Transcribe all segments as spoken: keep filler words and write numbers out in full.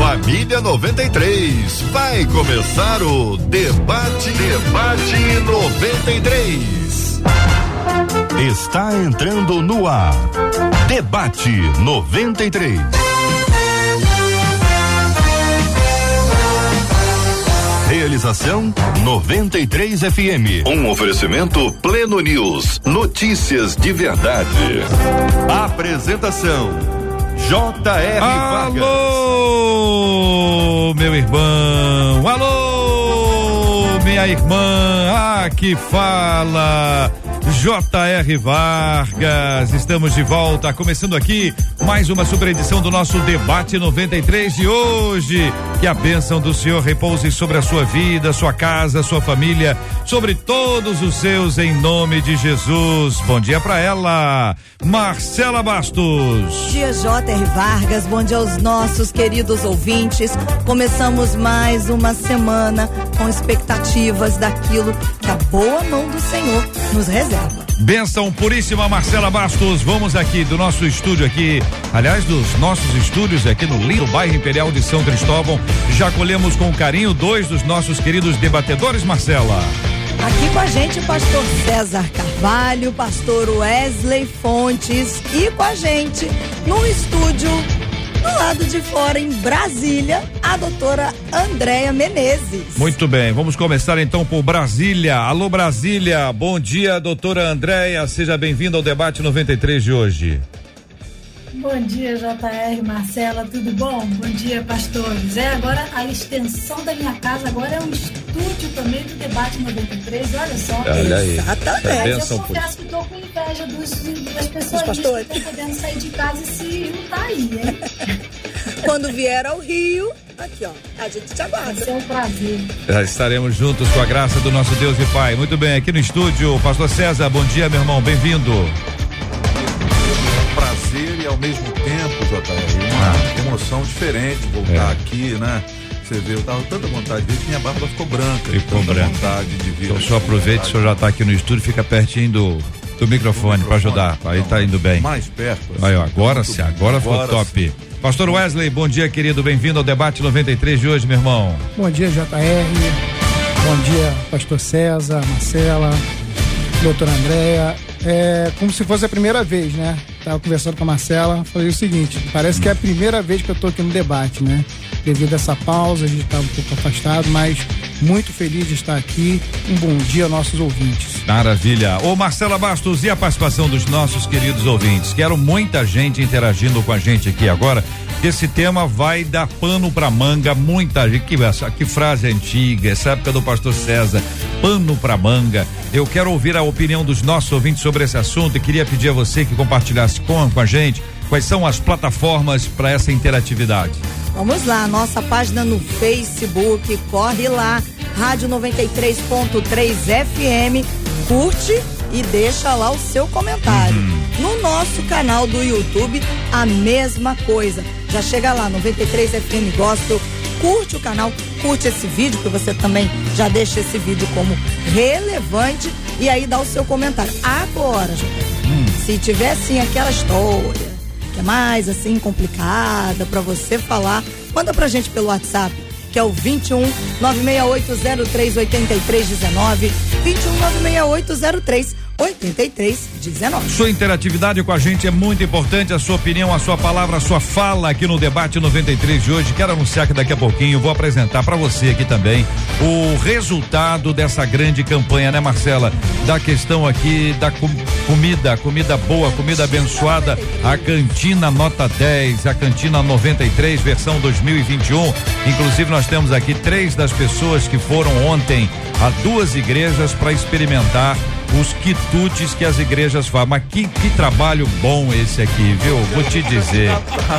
Família noventa e três, vai começar o Debate, Debate noventa e três. Está entrando no ar, Debate noventa e três. Realização noventa e três F M. Um oferecimento Pleno News. Notícias de verdade. Apresentação J R Vargas. Alô, meu irmão. Alô, minha irmã. Aqui fala J R Vargas. Estamos de volta, começando aqui mais uma super edição do nosso Debate noventa e três de hoje. Que a bênção do Senhor repouse sobre a sua vida, sua casa, sua família, sobre todos os seus, em nome de Jesus. Bom dia pra ela, Marcela Bastos. Bom dia, J R Vargas. Bom dia aos nossos queridos ouvintes. Começamos mais uma semana com expectativas daquilo que a boa mão do Senhor nos reserva. Bênção puríssima, Marcela Bastos. Vamos aqui do nosso estúdio aqui, aliás, dos nossos estúdios aqui no lindo bairro Imperial de São Cristóvão. Já colhemos com carinho dois dos nossos queridos debatedores, Marcela. Aqui com a gente o pastor César Carvalho, pastor Wesley Fontes e com a gente no estúdio, do lado de fora, em Brasília, a doutora Andréia Menezes. Muito bem, vamos começar então por Brasília. Alô, Brasília, bom dia, doutora Andréia, seja bem-vinda ao Debate noventa e três de hoje. Bom dia, J R, Marcela, tudo bom? Bom dia, pastores. É, agora a extensão da minha casa agora é um estúdio também do Debate noventa e três, olha só. Olha aí. Exatamente. Eu confesso que estou com inveja dos, das pessoas que estão podendo sair de casa e se juntar aí, hein? Quando vier ao Rio, aqui ó, a gente te aguarda. Vai ser um prazer. Já estaremos juntos com a graça do nosso Deus e Pai. Muito bem, aqui no estúdio, pastor César, bom dia, meu irmão, bem-vindo. Prazer e ao mesmo tempo, J R, uma ah. emoção diferente voltar é. aqui, né? Você vê, eu tava com tanta vontade de ver que minha barba ficou branca. Ficou branca. Vontade de vir. Então só aproveite, o senhor já está aqui no estúdio, fica pertinho do, do microfone para ajudar. Aí tá indo bem. Mais perto. Assim, aí, ó, agora sim, agora ficou top. Sim. Pastor Wesley, bom dia, querido, bem-vindo ao Debate noventa e três de hoje, meu irmão. Bom dia, J R. Bom dia, pastor César, Marcela, doutora Andréia. É como se fosse a primeira vez, né? Tava conversando com a Marcela, falei o seguinte, parece que é a primeira vez que eu tô aqui no debate, né? Devido a essa pausa, a gente tá um pouco afastado, mas muito feliz de estar aqui. Um bom dia aos nossos ouvintes. Maravilha. Ô Marcela Bastos, e a participação dos nossos queridos ouvintes? Quero muita gente interagindo com a gente aqui agora, que esse tema vai dar pano pra manga, muita gente, que, que frase antiga, essa época do pastor César, pano pra manga. Eu quero ouvir a opinião dos nossos ouvintes sobre esse assunto e queria pedir a você que compartilhasse com, com a gente quais são as plataformas para essa interatividade. Vamos lá, nossa página no Facebook, corre lá, Rádio noventa e três ponto três F M, curte e deixa lá o seu comentário. Uhum. No nosso canal do YouTube, a mesma coisa. Já chega lá, noventa e três F M Gospel, curte o canal, curte esse vídeo, que você também já deixa esse vídeo como relevante e aí dá o seu comentário. Agora, hum. se tiver assim aquela história que é mais assim complicada pra você falar, manda pra gente pelo WhatsApp, que é o vinte e um, nove seis oito zero três oito três um nove, vinte e um, nove seis oito zero três oito três um nove. Sua interatividade com a gente é muito importante, a sua opinião, a sua palavra, a sua fala aqui no Debate noventa e três de hoje. Quero anunciar que daqui a pouquinho eu vou apresentar para você aqui também o resultado dessa grande campanha, né, Marcela? Da questão aqui da com, comida, comida boa, comida abençoada, a Cantina Nota dez, a Cantina noventa e três, versão dois mil e vinte e um. Inclusive nós temos aqui três das pessoas que foram ontem a duas igrejas para experimentar os quitutes que as igrejas fazem. Mas que, que trabalho bom esse aqui, viu? Vou te dizer.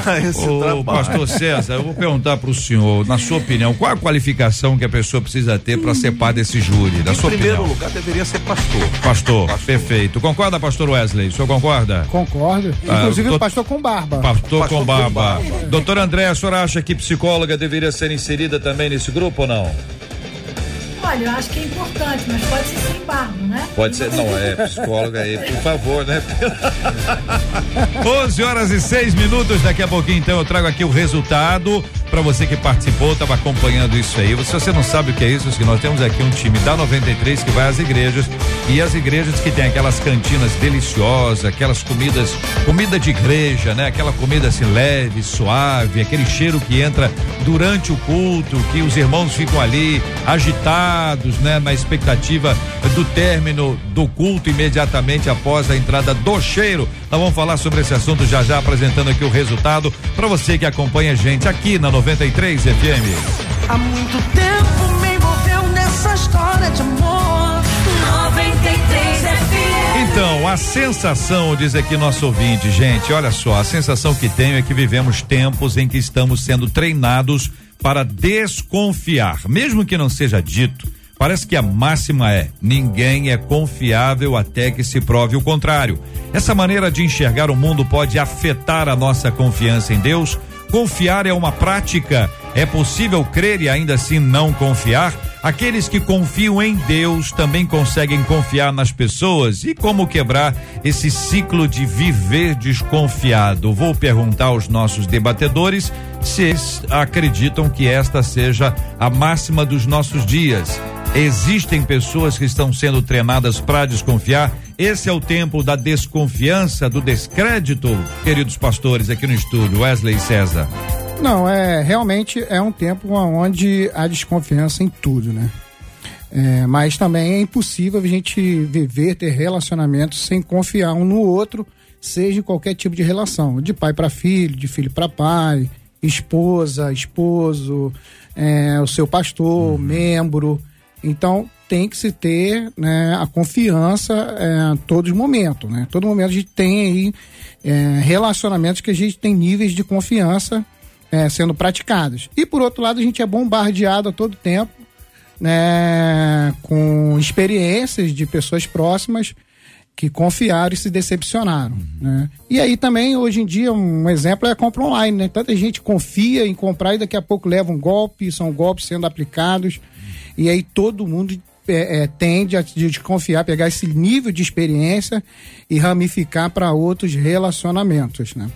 Ô, pastor César, eu vou perguntar para o senhor, na sua opinião, qual a qualificação que a pessoa precisa ter para ser parte desse júri? Na em sua primeiro opinião? lugar, deveria ser pastor. Pastor, pastor. Perfeito. Concorda, pastor Wesley? O senhor concorda? Concordo. Inclusive ah, o pastor com barba. Pastor, pastor com barba. Com barba. Doutora André, a senhora acha que psicóloga deveria ser inserida também nesse grupo ou não? Olha, eu acho que é importante, mas pode ser sem barba, né? Pode ser, não, é psicóloga aí, por favor, né? onze horas e seis minutos, daqui a pouquinho então eu trago aqui o resultado para você que participou, estava acompanhando isso aí. Se você não sabe o que é isso, que nós temos aqui um time da noventa e três que vai às igrejas, e as igrejas que tem aquelas cantinas deliciosas, aquelas comidas, comida de igreja, né? Aquela comida assim leve, suave, aquele cheiro que entra durante o culto, que os irmãos ficam ali agitados, né? Na expectativa do término do culto imediatamente após a entrada do cheiro. Nós vamos falar sobre esse assunto já já, apresentando aqui o resultado para você que acompanha a gente aqui na noventa e três F M. Há muito tempo me envolveu nessa história de amor. noventa e três F M. Então, a sensação, diz aqui nosso ouvinte, gente, olha só, a sensação que tenho é que vivemos tempos em que estamos sendo treinados para desconfiar, mesmo que não seja dito. Parece que a máxima é: ninguém é confiável até que se prove o contrário. Essa maneira de enxergar o mundo pode afetar a nossa confiança em Deus. Confiar é uma prática. É possível crer e ainda assim não confiar? Aqueles que confiam em Deus também conseguem confiar nas pessoas. E como quebrar esse ciclo de viver desconfiado? Vou perguntar aos nossos debatedores se eles acreditam que esta seja a máxima dos nossos dias. Existem pessoas que estão sendo treinadas para desconfiar. Esse é o tempo da desconfiança, do descrédito, queridos pastores aqui no estúdio, Wesley e César. Não, é realmente é um tempo onde há desconfiança em tudo, né? É, mas também é impossível a gente viver, ter relacionamentos sem confiar um no outro, seja em qualquer tipo de relação, de pai para filho, de filho para pai, esposa, esposo, é, o seu pastor, uhum. membro. Então tem que se ter, né, a confiança é, a todos os momentos, né? Todo momento a gente tem aí é, relacionamentos que a gente tem níveis de confiança é, sendo praticados. E por outro lado a gente é bombardeado a todo tempo, né, com experiências de pessoas próximas que confiaram e se decepcionaram, uhum. né? E aí também hoje em dia um exemplo é a compra online, né? Tanta gente confia em comprar e daqui a pouco leva um golpe, são golpes sendo aplicados. E aí todo mundo é, é, tende a desconfiar, pegar esse nível de experiência e ramificar para outros relacionamentos, né?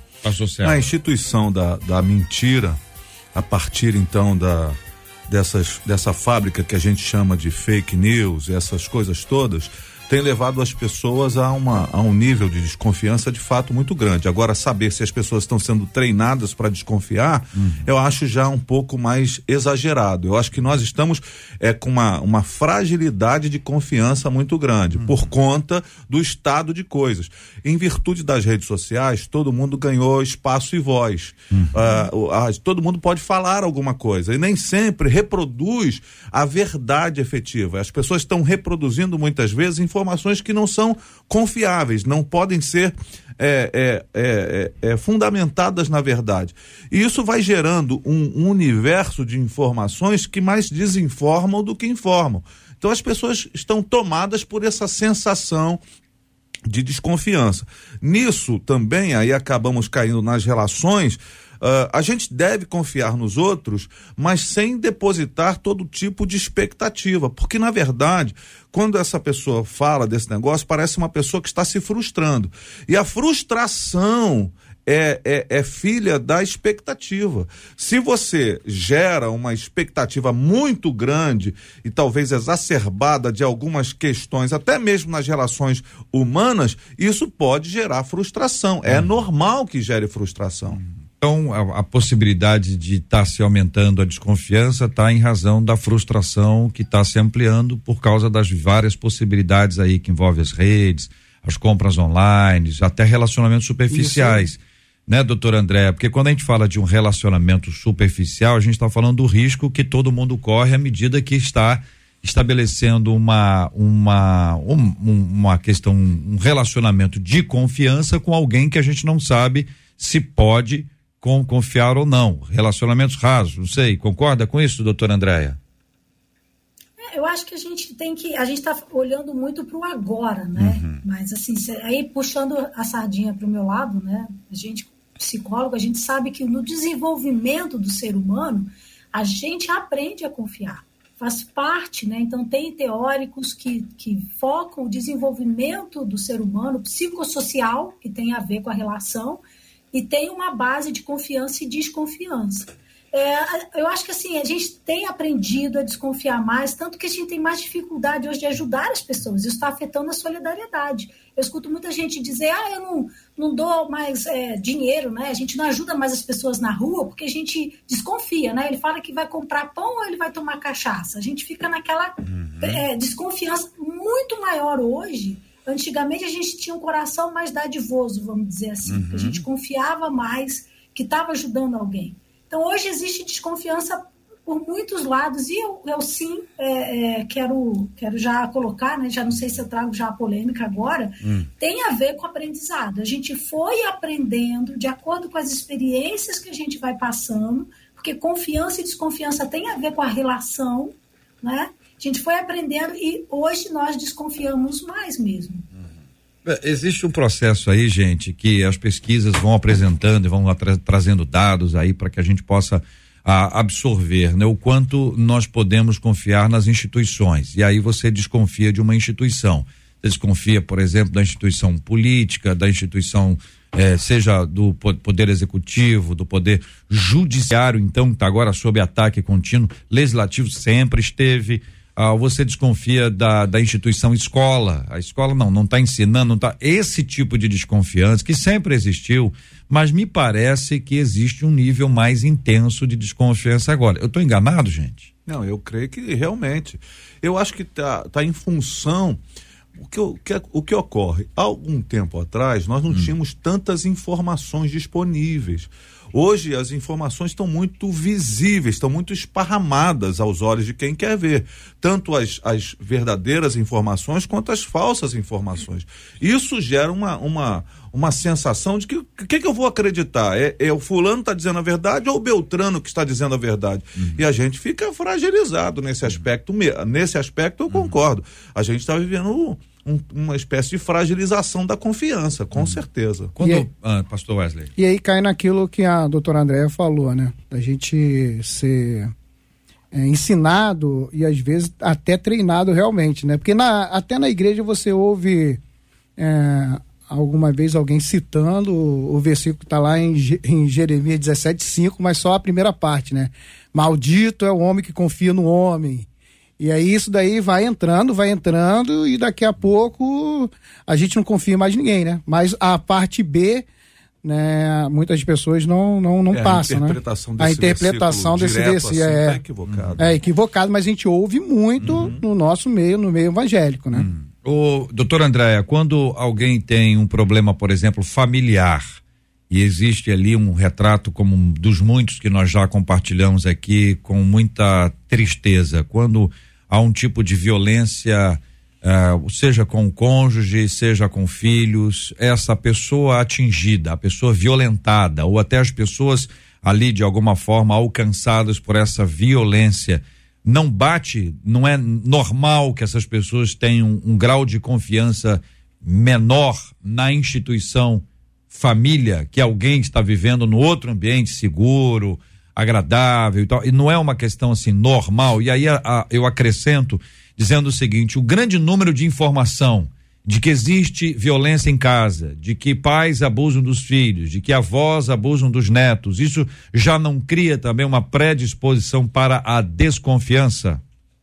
A instituição da, da mentira, a partir então da, dessas, dessa fábrica que a gente chama de fake news, essas coisas todas, tem levado as pessoas a, uma, a um nível de desconfiança de fato muito grande. Agora, saber se as pessoas estão sendo treinadas para desconfiar, uhum. eu acho já um pouco mais exagerado. Eu acho que nós estamos é, com uma, uma fragilidade de confiança muito grande, uhum. por conta do estado de coisas. Em virtude das redes sociais, todo mundo ganhou espaço e voz. Uhum. Uh, uh, todo mundo pode falar alguma coisa e nem sempre reproduz a verdade efetiva. As pessoas estão reproduzindo muitas vezes informações que não são confiáveis, não podem ser é, é, é, é, é, fundamentadas na verdade. E isso vai gerando um, um universo de informações que mais desinformam do que informam. Então as pessoas estão tomadas por essa sensação de desconfiança. Nisso também, aí acabamos caindo nas relações. Uh, a gente deve confiar nos outros, mas sem depositar todo tipo de expectativa, porque na verdade, quando essa pessoa fala desse negócio, parece uma pessoa que está se frustrando, e a frustração é, é, é filha da expectativa. Se você gera uma expectativa muito grande e talvez exacerbada de algumas questões, até mesmo nas relações humanas, isso pode gerar frustração. É hum. normal que gere frustração. Hum. Então, a, a possibilidade de estar tá se aumentando a desconfiança está em razão da frustração que está se ampliando por causa das várias possibilidades aí que envolvem as redes, as compras online, até relacionamentos superficiais. Isso. Né, doutor André? Porque quando a gente fala de um relacionamento superficial, a gente está falando do risco que todo mundo corre à medida que está estabelecendo uma, uma, um, uma questão, um relacionamento de confiança com alguém que a gente não sabe se pode com confiar ou não, relacionamentos rasos, não sei, concorda com isso, doutora Andréia? É, eu acho que a gente tem que, a gente está olhando muito para o agora, né? Uhum. Mas assim, cê, aí puxando a sardinha para o meu lado, né? A gente, psicólogo, a gente sabe que no desenvolvimento do ser humano, a gente aprende a confiar, faz parte, né? Então tem teóricos que, que focam o desenvolvimento do ser humano psicossocial, que tem a ver com a relação, e tem uma base de confiança e desconfiança. É, eu acho que assim, a gente tem aprendido a desconfiar mais, tanto que a gente tem mais dificuldade hoje de ajudar as pessoas. Isso está afetando a solidariedade. Eu escuto muita gente dizer, ah, eu não, não dou mais é, dinheiro, né? A gente não ajuda mais as pessoas na rua porque a gente desconfia, né? Ele fala que vai comprar pão ou ele vai tomar cachaça. A gente fica naquela uhum. é, desconfiança muito maior hoje. Antigamente a gente tinha um coração mais dadivoso, vamos dizer assim, uhum. porque a gente confiava mais que estava ajudando alguém. Então, hoje existe desconfiança por muitos lados e eu, eu sim é, é, quero, quero já colocar, né, já não sei se eu trago já a polêmica agora, hum. tem a ver com o aprendizado. A gente foi aprendendo de acordo com as experiências que a gente vai passando, porque confiança e desconfiança tem a ver com a relação, né? A gente foi aprendendo e hoje nós desconfiamos mais mesmo. Existe um processo aí, gente, que as pesquisas vão apresentando e vão tra- trazendo dados aí para que a gente possa a, absorver, né, o quanto nós podemos confiar nas instituições. E aí você desconfia de uma instituição. Você desconfia, por exemplo, da instituição política, da instituição, eh, seja do poder executivo, do poder judiciário, então, que está agora sob ataque contínuo, legislativo sempre esteve. Ah, você desconfia da, da instituição escola, a escola não, não está ensinando, não tá, esse tipo de desconfiança que sempre existiu, mas me parece que existe um nível mais intenso de desconfiança agora. Eu estou enganado, gente? Não, eu creio que realmente, eu acho que tá, tá em função, o que, o, que, o que ocorre, há algum tempo atrás nós não hum. tínhamos tantas informações disponíveis. Hoje as informações estão muito visíveis, estão muito esparramadas aos olhos de quem quer ver, tanto as, as verdadeiras informações quanto as falsas informações. Isso gera uma, uma, uma sensação de que o que, que eu vou acreditar? É, é o fulano está dizendo a verdade ou o Beltrano que está dizendo a verdade? Uhum. E a gente fica fragilizado nesse aspecto. Nesse aspecto eu concordo. A gente está vivendo Um, uma espécie de fragilização da confiança, com hum. certeza. Quando, aí, ah, pastor Wesley. E aí cai naquilo que a doutora Andréa falou, né? Da gente ser é, ensinado e às vezes até treinado realmente, né? Porque na, até na igreja você ouve é, alguma vez alguém citando o, o versículo que está lá em, em Jeremias dezessete, cinco, mas só a primeira parte, né? Maldito é o homem que confia no homem. E aí isso daí vai entrando, vai entrando e daqui a pouco a gente não confia mais em ninguém, né? Mas a parte B, né, muitas pessoas não, não, não é, passam, né? A interpretação desse versículo assim, é, tá equivocado. É equivocado, mas a gente ouve muito uhum. no nosso meio, no meio evangélico, né? Uhum. Ô, doutora Andréa, quando alguém tem um problema, por exemplo, familiar, e existe ali um retrato como um dos muitos que nós já compartilhamos aqui com muita tristeza, quando há um tipo de violência, uh, seja com o cônjuge, seja com filhos, essa pessoa atingida, a pessoa violentada, ou até as pessoas ali de alguma forma alcançadas por essa violência, não bate, não é normal que essas pessoas tenham um, um grau de confiança menor na instituição família, que alguém está vivendo no outro ambiente seguro, agradável e tal, e não é uma questão assim normal. E aí a, a, eu acrescento dizendo o seguinte: o grande número de informação de que existe violência em casa, de que pais abusam dos filhos, de que avós abusam dos netos, isso já não cria também uma predisposição para a desconfiança?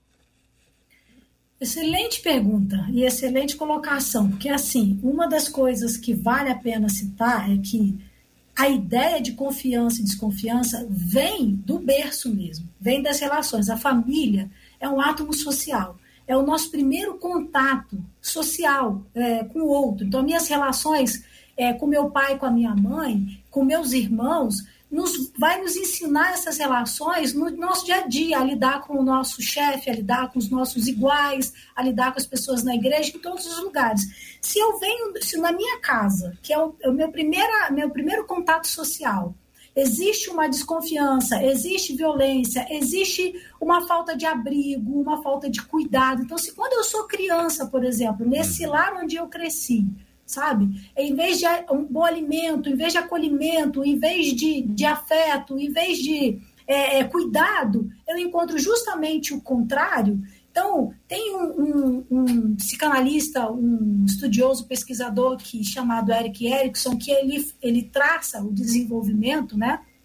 Excelente pergunta e excelente colocação, porque assim, uma das coisas que vale a pena citar é que a ideia de confiança e desconfiança vem do berço mesmo, vem das relações. A família é um átomo social, é o nosso primeiro contato social é, com o outro. Então, minhas relações é, com meu pai, com a minha mãe, com meus irmãos, Nos, vai nos ensinar essas relações no nosso dia a dia, a lidar com o nosso chefe, a lidar com os nossos iguais, a lidar com as pessoas na igreja, em todos os lugares. Se eu venho, se na minha casa, que é o, é o meu, primeira, meu primeiro contato social, existe uma desconfiança, existe violência, existe uma falta de abrigo, uma falta de cuidado. Então, se quando eu sou criança, por exemplo, nesse lar onde eu cresci, sabe? Em vez de um bom alimento, em vez de acolhimento, em vez de, de afeto, em vez de é, é, cuidado, eu encontro justamente o contrário. Então, tem um, um, um psicanalista, um estudioso pesquisador que, chamado Erik Erikson, que ele, ele traça o desenvolvimento, né,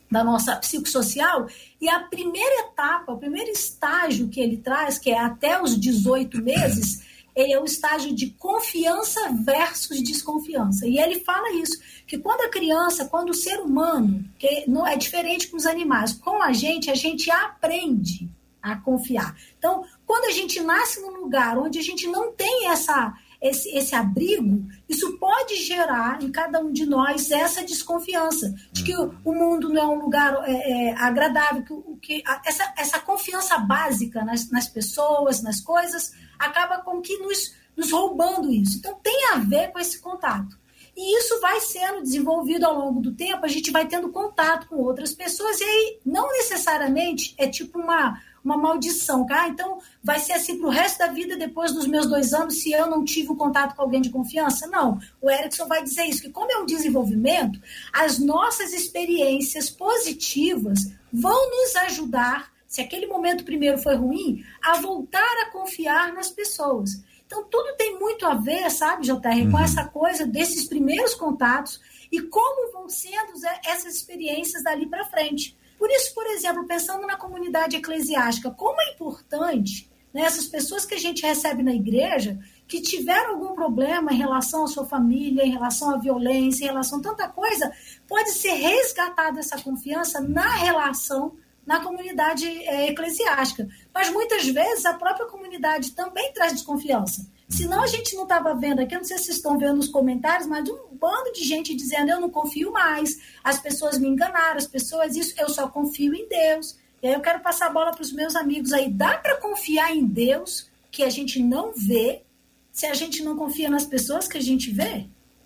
da nossa psicossocial, e a primeira etapa, o primeiro estágio que ele traz, que é até os dezoito meses, ele é o estágio de confiança versus desconfiança. E ele fala isso, que quando a criança, quando o ser humano, que não é diferente com os animais, com a gente, a gente aprende a confiar. Então, quando a gente nasce num lugar onde a gente não tem essa, esse, esse abrigo, isso pode gerar em cada um de nós essa desconfiança, de que o, o mundo não é um lugar é, é, agradável, que, que a, essa, essa confiança básica nas, nas pessoas, nas coisas, acaba com que nos, nos roubando isso. Então, tem a ver com esse contato. E isso vai sendo desenvolvido ao longo do tempo, a gente vai tendo contato com outras pessoas, e aí não necessariamente é tipo uma, uma maldição, tá? Então vai ser assim pro resto da vida, depois dos meus dois anos, se eu não tive um contato com alguém de confiança. Não, o Erickson vai dizer isso, que como é um desenvolvimento, as nossas experiências positivas vão nos ajudar, se aquele momento primeiro foi ruim, a voltar a confiar nas pessoas. Então, tudo tem muito a ver, sabe, J R, uhum. com essa coisa desses primeiros contatos e como vão sendo essas experiências dali para frente. Por isso, por exemplo, pensando na comunidade eclesiástica, como é importante, né, essas pessoas que a gente recebe na igreja, que tiveram algum problema em relação à sua família, em relação à violência, em relação a tanta coisa, pode ser resgatada essa confiança na relação na comunidade é, eclesiástica. Mas muitas vezes a própria comunidade também traz desconfiança. Senão a gente não estava vendo aqui, eu não sei se vocês estão vendo nos comentários, mas um bando de gente dizendo eu não confio mais, as pessoas me enganaram, as pessoas isso, eu só confio em Deus. E aí eu quero passar a bola para os meus amigos aí. Dá para confiar em Deus que a gente não vê, se a gente não confia nas pessoas que a gente vê?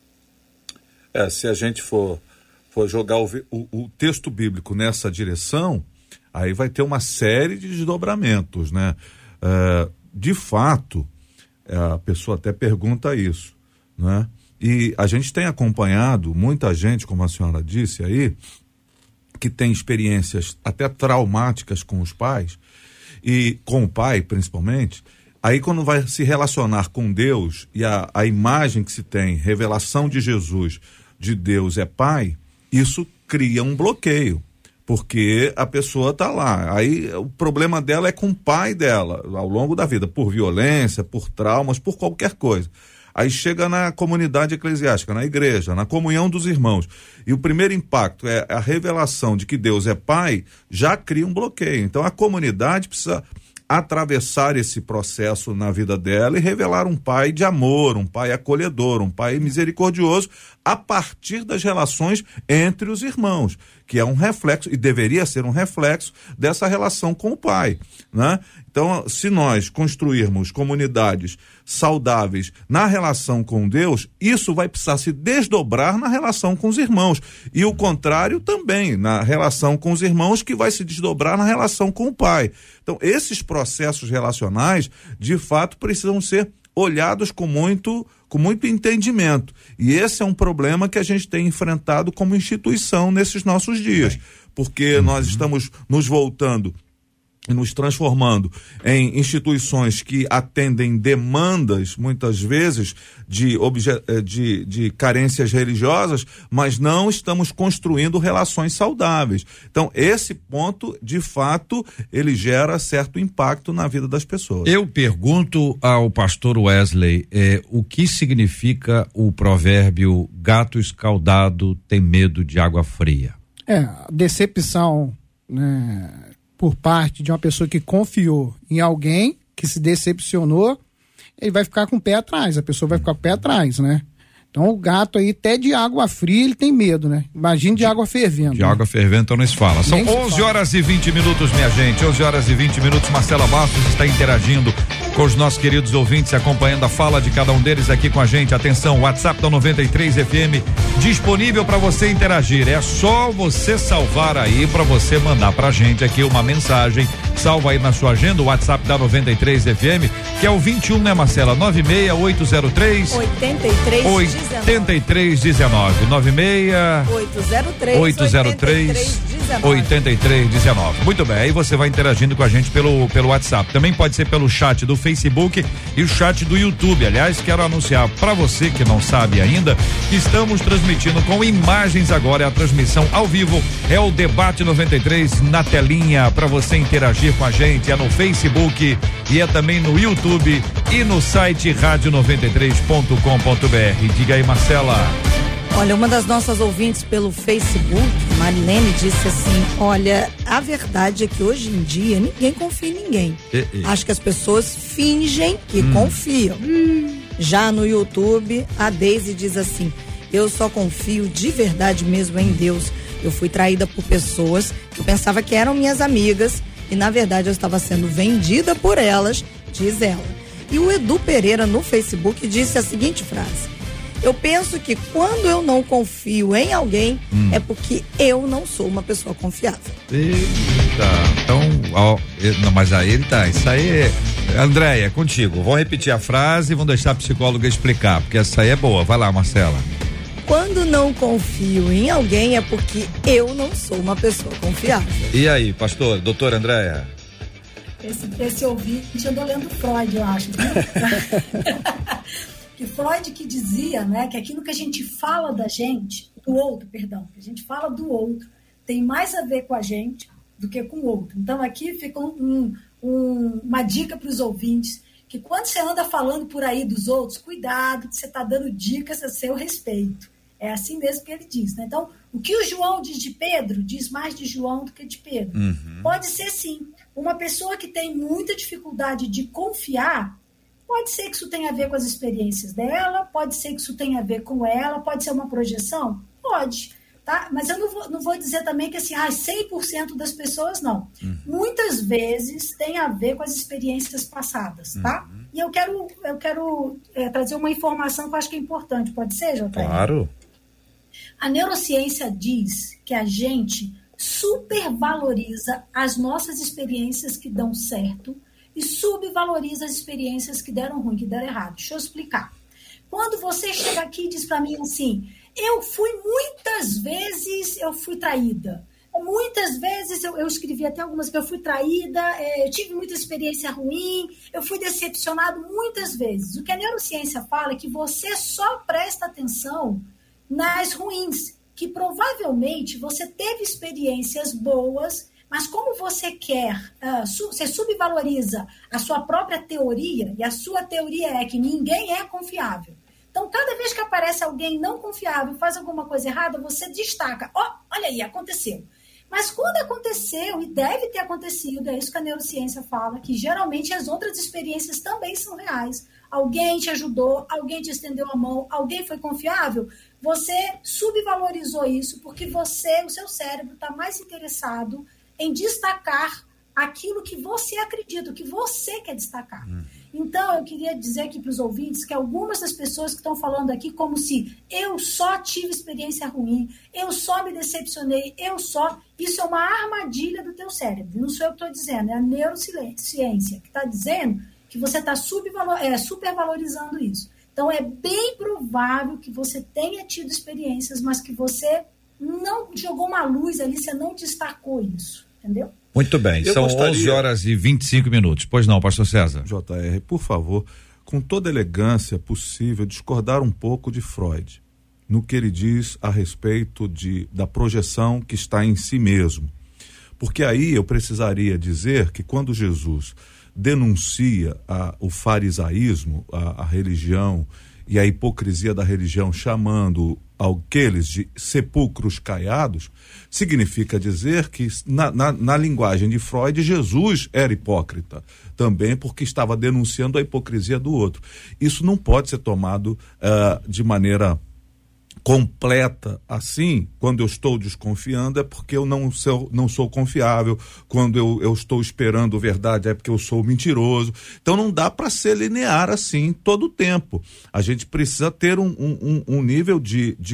É, se a gente for, for jogar o, o, o texto bíblico nessa direção, aí vai ter uma série de desdobramentos, né? É, de fato, a pessoa até pergunta isso, né? E a gente tem acompanhado muita gente, como a senhora disse aí, que tem experiências até traumáticas com os pais, e com o pai principalmente. Aí quando vai se relacionar com Deus e a, a imagem que se tem, revelação de Jesus, de Deus é pai, isso cria um bloqueio. Porque a pessoa está lá, aí o problema dela é com o pai dela, ao longo da vida, por violência, por traumas, por qualquer coisa. Aí chega na comunidade eclesiástica, na igreja, na comunhão dos irmãos, e o primeiro impacto é a revelação de que Deus é pai, já cria um bloqueio. Então a comunidade precisa atravessar esse processo na vida dela e revelar um pai de amor, um pai acolhedor, um pai misericordioso, a partir das relações entre os irmãos, que é um reflexo, e deveria ser um reflexo dessa relação com o pai, né? Então, se nós construirmos comunidades saudáveis na relação com Deus, isso vai precisar se desdobrar na relação com os irmãos. E o contrário também, na relação com os irmãos, que vai se desdobrar na relação com o pai. Então, esses processos relacionais, de fato, precisam ser olhados com muito, com muito entendimento. E esse é um problema que a gente tem enfrentado como instituição nesses nossos dias. Porque uhum. nós estamos nos voltando e nos transformando em instituições que atendem demandas, muitas vezes, de, obje- de, de carências religiosas, mas não estamos construindo relações saudáveis. Então, esse ponto, de fato, ele gera certo impacto na vida das pessoas. Eu pergunto ao pastor Wesley, eh, o que significa o provérbio gato escaldado tem medo de água fria? É, a decepção, né, por parte de uma pessoa que confiou em alguém, que se decepcionou, ele vai ficar com o pé atrás, a pessoa vai ficar com o pé atrás, né? Então o gato aí, até de água fria, ele tem medo, né? Imagina de, de água fervendo. De né? água fervendo, então não se fala. São Nem onze horas e vinte minutos, minha gente. onze horas e vinte minutos. Marcela Bastos está interagindo com os nossos queridos ouvintes, acompanhando a fala de cada um deles aqui com a gente. Atenção, WhatsApp da noventa e três F M disponível para você interagir. É só você salvar aí para você mandar pra gente aqui uma mensagem. Salva aí na sua agenda o WhatsApp da noventa e três F M, que é o vinte e um, né, Marcela? nove seis oito zero três oitenta e três oitenta e três dezenove. nove seis oito zero três oito zero três oitenta e três dezenove. Muito bem, aí você vai interagindo com a gente pelo, pelo WhatsApp. Também pode ser pelo chat do Facebook e o chat do YouTube. Aliás, quero anunciar para você que não sabe ainda que estamos transmitindo com imagens agora, é a transmissão ao vivo, é o Debate noventa e três na telinha para você interagir com a gente, é no Facebook e é também no YouTube e no site rádio noventa e três ponto com ponto br. Diga aí, Marcela. Olha, uma das nossas ouvintes pelo Facebook, Marilene, disse assim: olha, a verdade é que hoje em dia ninguém confia em ninguém. E, e. Acho que as pessoas fingem que hum. confiam. Hum. Já no YouTube, a Deise diz assim: eu só confio de verdade mesmo em Deus. Eu fui traída por pessoas que eu pensava que eram minhas amigas e na verdade eu estava sendo vendida por elas, diz ela. E o Edu Pereira no Facebook disse a seguinte frase: eu penso que quando eu não confio em alguém, hum. é porque eu não sou uma pessoa confiável. Eita, então, ó, não, mas aí ele tá, isso aí é, Andréia, contigo, vamos repetir a frase e vamos deixar a psicóloga explicar, porque essa aí é boa, vai lá, Marcela. Quando não confio em alguém é porque eu não sou uma pessoa confiável. E aí, pastor, doutora Andréia? Esse, esse ouvinte andou lendo Freud, eu acho. Que Freud que dizia, né, que aquilo que a gente fala da gente, do outro, perdão, que a gente fala do outro, tem mais a ver com a gente do que com o outro. Então aqui fica um, um, uma dica para os ouvintes, que quando você anda falando por aí dos outros, cuidado, que você está dando dicas a seu respeito. É assim mesmo que ele diz, né? Então, o que o João diz de Pedro, diz mais de João do que de Pedro. Uhum. Pode ser sim. Uma pessoa que tem muita dificuldade de confiar, pode ser que isso tenha a ver com as experiências dela, pode ser que isso tenha a ver com ela, pode ser uma projeção? Pode, tá? Mas eu não vou, não vou dizer também que assim, ah, cem por cento das pessoas não. Uhum. Muitas vezes tem a ver com as experiências passadas, tá? Uhum. E eu quero, eu quero é, trazer uma informação que eu acho que é importante, pode ser, J P? Claro. A neurociência diz que a gente supervaloriza as nossas experiências que dão certo e subvaloriza as experiências que deram ruim, que deram errado. Deixa eu explicar. Quando você chega aqui e diz para mim assim, eu fui muitas vezes, eu fui traída. Muitas vezes, eu, eu escrevi até algumas que eu fui traída, é, eu tive muita experiência ruim, eu fui decepcionado muitas vezes. O que a neurociência fala é que você só presta atenção nas ruins, que provavelmente você teve experiências boas, mas como você quer, uh, su- você subvaloriza a sua própria teoria, e a sua teoria é que ninguém é confiável. Então, cada vez que aparece alguém não confiável, faz alguma coisa errada, você destaca, ó, oh, olha aí, aconteceu. Mas quando aconteceu, e deve ter acontecido, é isso que a neurociência fala, que geralmente as outras experiências também são reais. Alguém te ajudou, alguém te estendeu a mão, alguém foi confiável, você subvalorizou isso porque você, o seu cérebro está mais interessado em destacar aquilo que você acredita, o que você quer destacar. Hum. Então, eu queria dizer aqui para os ouvintes que algumas das pessoas que estão falando aqui como se eu só tive experiência ruim, eu só me decepcionei, eu só... Isso é uma armadilha do teu cérebro. Não sou eu que estou dizendo, é a neurociência que está dizendo que você está é, supervalorizando isso. Então, é bem provável que você tenha tido experiências, mas que você não jogou uma luz ali, você não destacou isso, entendeu? Muito bem, eu são gostaria... onze horas e vinte e cinco minutos. Pois não, pastor César? J R, por favor, com toda elegância possível, discordar um pouco de Freud, no que ele diz a respeito de, da projeção que está em si mesmo. Porque aí eu precisaria dizer que quando Jesus denuncia a, o farisaísmo, a, a religião e a hipocrisia da religião, chamando aqueles de sepulcros caiados, significa dizer que na, na, na linguagem de Freud, Jesus era hipócrita, também porque estava denunciando a hipocrisia do outro. Isso não pode ser tomado uh, de maneira completa assim. Quando eu estou desconfiando é porque eu não sou, não sou confiável, quando eu, eu estou esperando verdade é porque eu sou mentiroso. Então não dá para ser linear assim todo o tempo. A gente precisa ter um, um, um nível de, de,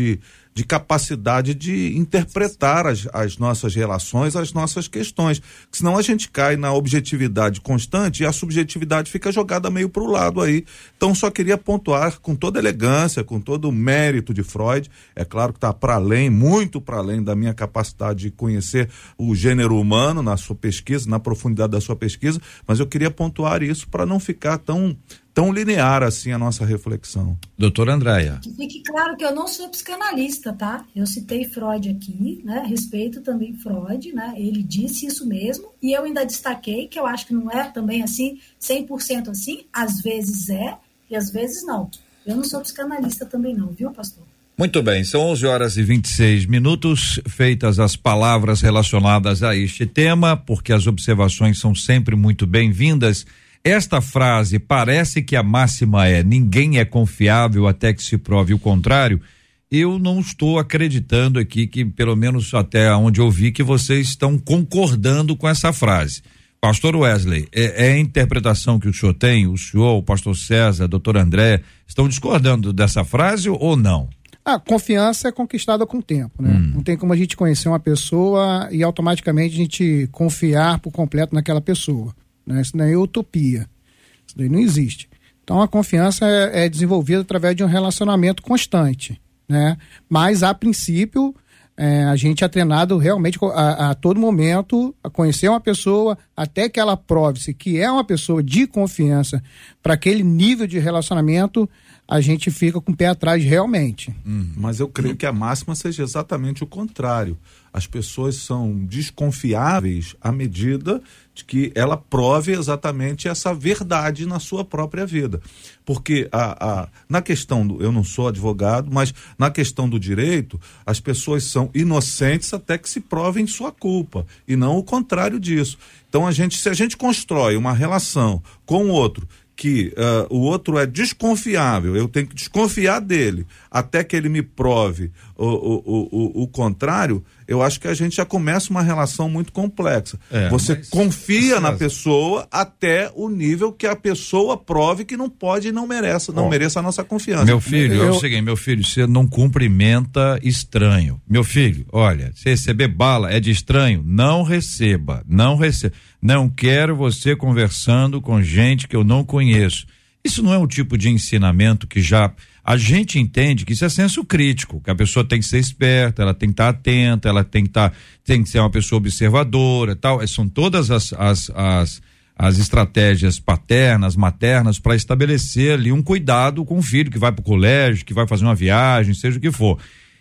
de capacidade de interpretar as, as nossas relações, as nossas questões. Senão a gente cai na objetividade constante e a subjetividade fica jogada meio para o lado aí. Então só queria pontuar com toda elegância, com todo o mérito de Freud. É claro que está para além, muito para além da minha capacidade de conhecer o gênero humano na sua pesquisa, na profundidade da sua pesquisa, mas eu queria pontuar isso para não ficar tão tão linear assim a nossa reflexão. Doutora Andréia. Que fique claro que eu não sou psicanalista, tá? Eu citei Freud aqui, né? Respeito também Freud, né? Ele disse isso mesmo, e eu ainda destaquei que eu acho que não é também assim, cem por cento assim, às vezes é e às vezes não. Eu não sou psicanalista também não, viu, pastor? Muito bem, são onze horas e vinte e seis minutos, feitas as palavras relacionadas a este tema, porque as observações são sempre muito bem-vindas. Esta frase, parece que a máxima é ninguém é confiável até que se prove o contrário. Eu não estou acreditando aqui que, pelo menos até onde eu vi, que vocês estão concordando com essa frase. Pastor Wesley, é, é a interpretação que o senhor tem, o senhor, o pastor César, a doutora André, estão discordando dessa frase ou não? A confiança é conquistada com o tempo, né? Hum. Não tem como a gente conhecer uma pessoa e automaticamente a gente confiar por completo naquela pessoa. Né? Isso daí é utopia. Isso daí não existe. Então a confiança é, é desenvolvida através de um relacionamento constante, né? Mas a princípio é, a gente é treinado realmente a, a todo momento a conhecer uma pessoa até que ela prove-se que é uma pessoa de confiança para aquele nível de relacionamento. A gente fica com o pé atrás realmente. Hum, mas eu creio que a máxima seja exatamente o contrário. As pessoas são desconfiáveis à medida de que ela prove exatamente essa verdade na sua própria vida. Porque a, a, na questão do, eu não sou advogado, mas na questão do direito, as pessoas são inocentes até que se provem sua culpa, e não o contrário disso. Então a gente, se a gente constrói uma relação com o outro, que uh, o outro é desconfiável, eu tenho que desconfiar dele até que ele me prove o, o, o, o contrário, eu acho que a gente já começa uma relação muito complexa. É, Você mas, confia mas, na pessoa até o nível que a pessoa prove que não pode e não merece, não ó, mereça a nossa confiança. Meu filho, eu, eu cheguei, meu filho, você não cumprimenta estranho. Meu filho, olha, se receber bala é de estranho, não receba, não receba. Não quero você conversando com gente que eu não conheço. Isso não é um tipo de ensinamento que já a gente entende que isso é senso crítico, que a pessoa tem que ser esperta, ela tem que estar atenta, ela tem que estar, tem que ser uma pessoa observadora, tal. São todas as as, as, as estratégias paternas, maternas para estabelecer ali um cuidado com o filho que vai para o colégio, que vai fazer uma viagem, seja o que for.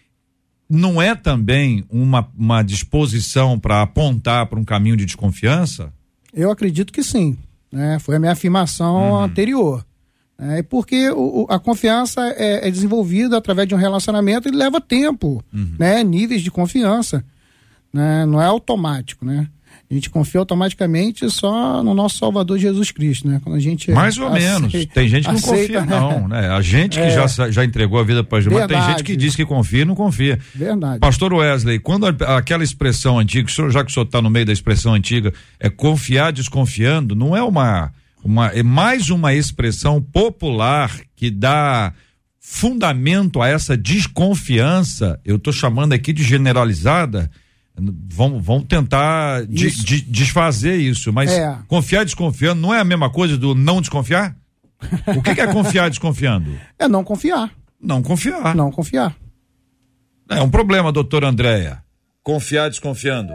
Não é também uma, uma disposição para apontar para um caminho de desconfiança? Eu acredito que sim, né? Foi a minha afirmação uhum. anterior. É porque o, a confiança é, é desenvolvida através de um relacionamento e leva tempo, uhum. né? Níveis de confiança, né? Não é automático, né? A gente confia automaticamente só no nosso Salvador Jesus Cristo, né? Quando a gente mais ou aceita, menos. Tem gente que não aceita, confia, não, né? A gente que é, já, já entregou a vida para Jesus, mas tem gente que diz que confia e não confia. Verdade. Pastor Wesley, quando a, aquela expressão antiga, já que o senhor está no meio da expressão antiga, é confiar desconfiando, não é uma, uma é mais uma expressão popular que dá fundamento a essa desconfiança, eu estou chamando aqui de generalizada. Vamos, vamos tentar de, de, desfazer isso, mas é. Confiar desconfiando não é a mesma coisa do não desconfiar? O que, que é confiar desconfiando? É não confiar. Não confiar. Não confiar. É um problema, doutora Andréia. Confiar desconfiando.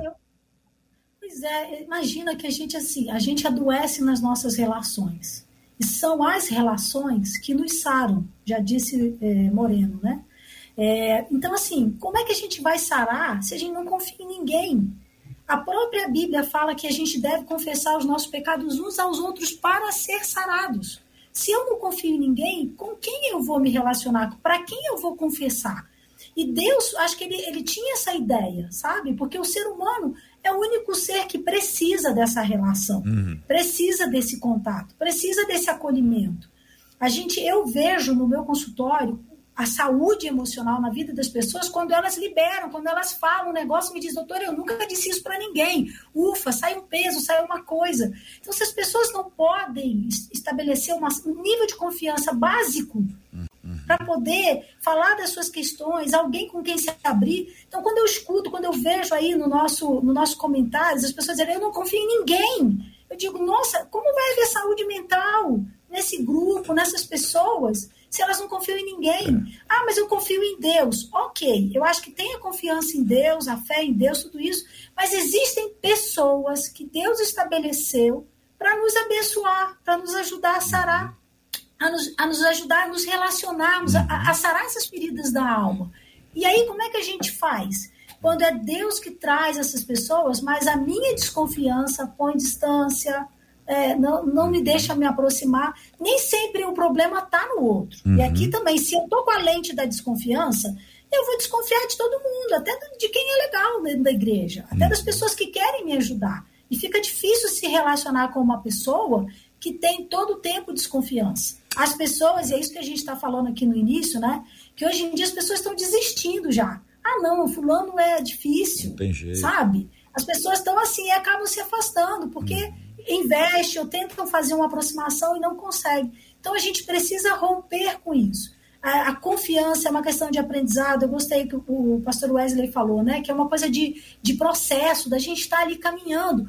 Pois é, imagina que a gente assim, a gente adoece nas nossas relações. E são as relações que nos saram, já disse eh, Moreno, né? É, então, assim, como é que a gente vai sarar se a gente não confia em ninguém? A própria Bíblia fala que a gente deve confessar os nossos pecados uns aos outros para ser sarados. Se eu não confio em ninguém, com quem eu vou me relacionar? Para quem eu vou confessar? E Deus, acho que ele, ele tinha essa ideia, sabe? Porque o ser humano é o único ser que precisa dessa relação, uhum. precisa desse contato, precisa desse acolhimento. A gente, eu vejo no meu consultório a saúde emocional na vida das pessoas quando elas liberam, quando elas falam um negócio e me dizem, doutora, eu nunca disse isso para ninguém. Ufa, sai um peso, sai uma coisa. Então, se as pessoas não podem estabelecer uma, um nível de confiança básico, uhum. para poder falar das suas questões, alguém com quem se abrir. Então, quando eu escuto, quando eu vejo aí no nosso, no nosso comentários, as pessoas dizem, eu não confio em ninguém. Eu digo, nossa, como vai haver saúde mental nesse grupo, nessas pessoas, se elas não confiam em ninguém? Ah, mas eu confio em Deus. Ok, eu acho que tem a confiança em Deus, a fé em Deus, tudo isso, mas existem pessoas que Deus estabeleceu para nos abençoar, para nos ajudar a sarar, a nos, a nos ajudar a nos relacionarmos, a, a sarar essas feridas da alma. E aí, como é que a gente faz? Quando é Deus que traz essas pessoas, mas a minha desconfiança põe distância, é, não, não me deixa me aproximar, nem sempre o problema está no outro. Uhum. E aqui também, se eu estou com a lente da desconfiança, eu vou desconfiar de todo mundo, até de quem é legal dentro da igreja, até das pessoas que querem me ajudar. E fica difícil se relacionar com uma pessoa que tem todo o tempo desconfiança. As pessoas, e é isso que a gente está falando aqui no início, né? Que hoje em dia as pessoas estão desistindo já. Ah, não, fulano é difícil, não tem jeito, sabe? As pessoas estão assim e acabam se afastando, porque hum. investem ou tentam fazer uma aproximação e não conseguem. Então a gente precisa romper com isso. A, a confiança é uma questão de aprendizado. Eu gostei que o, o pastor Wesley falou, né? Que é uma coisa de, de processo, da gente estar ali caminhando.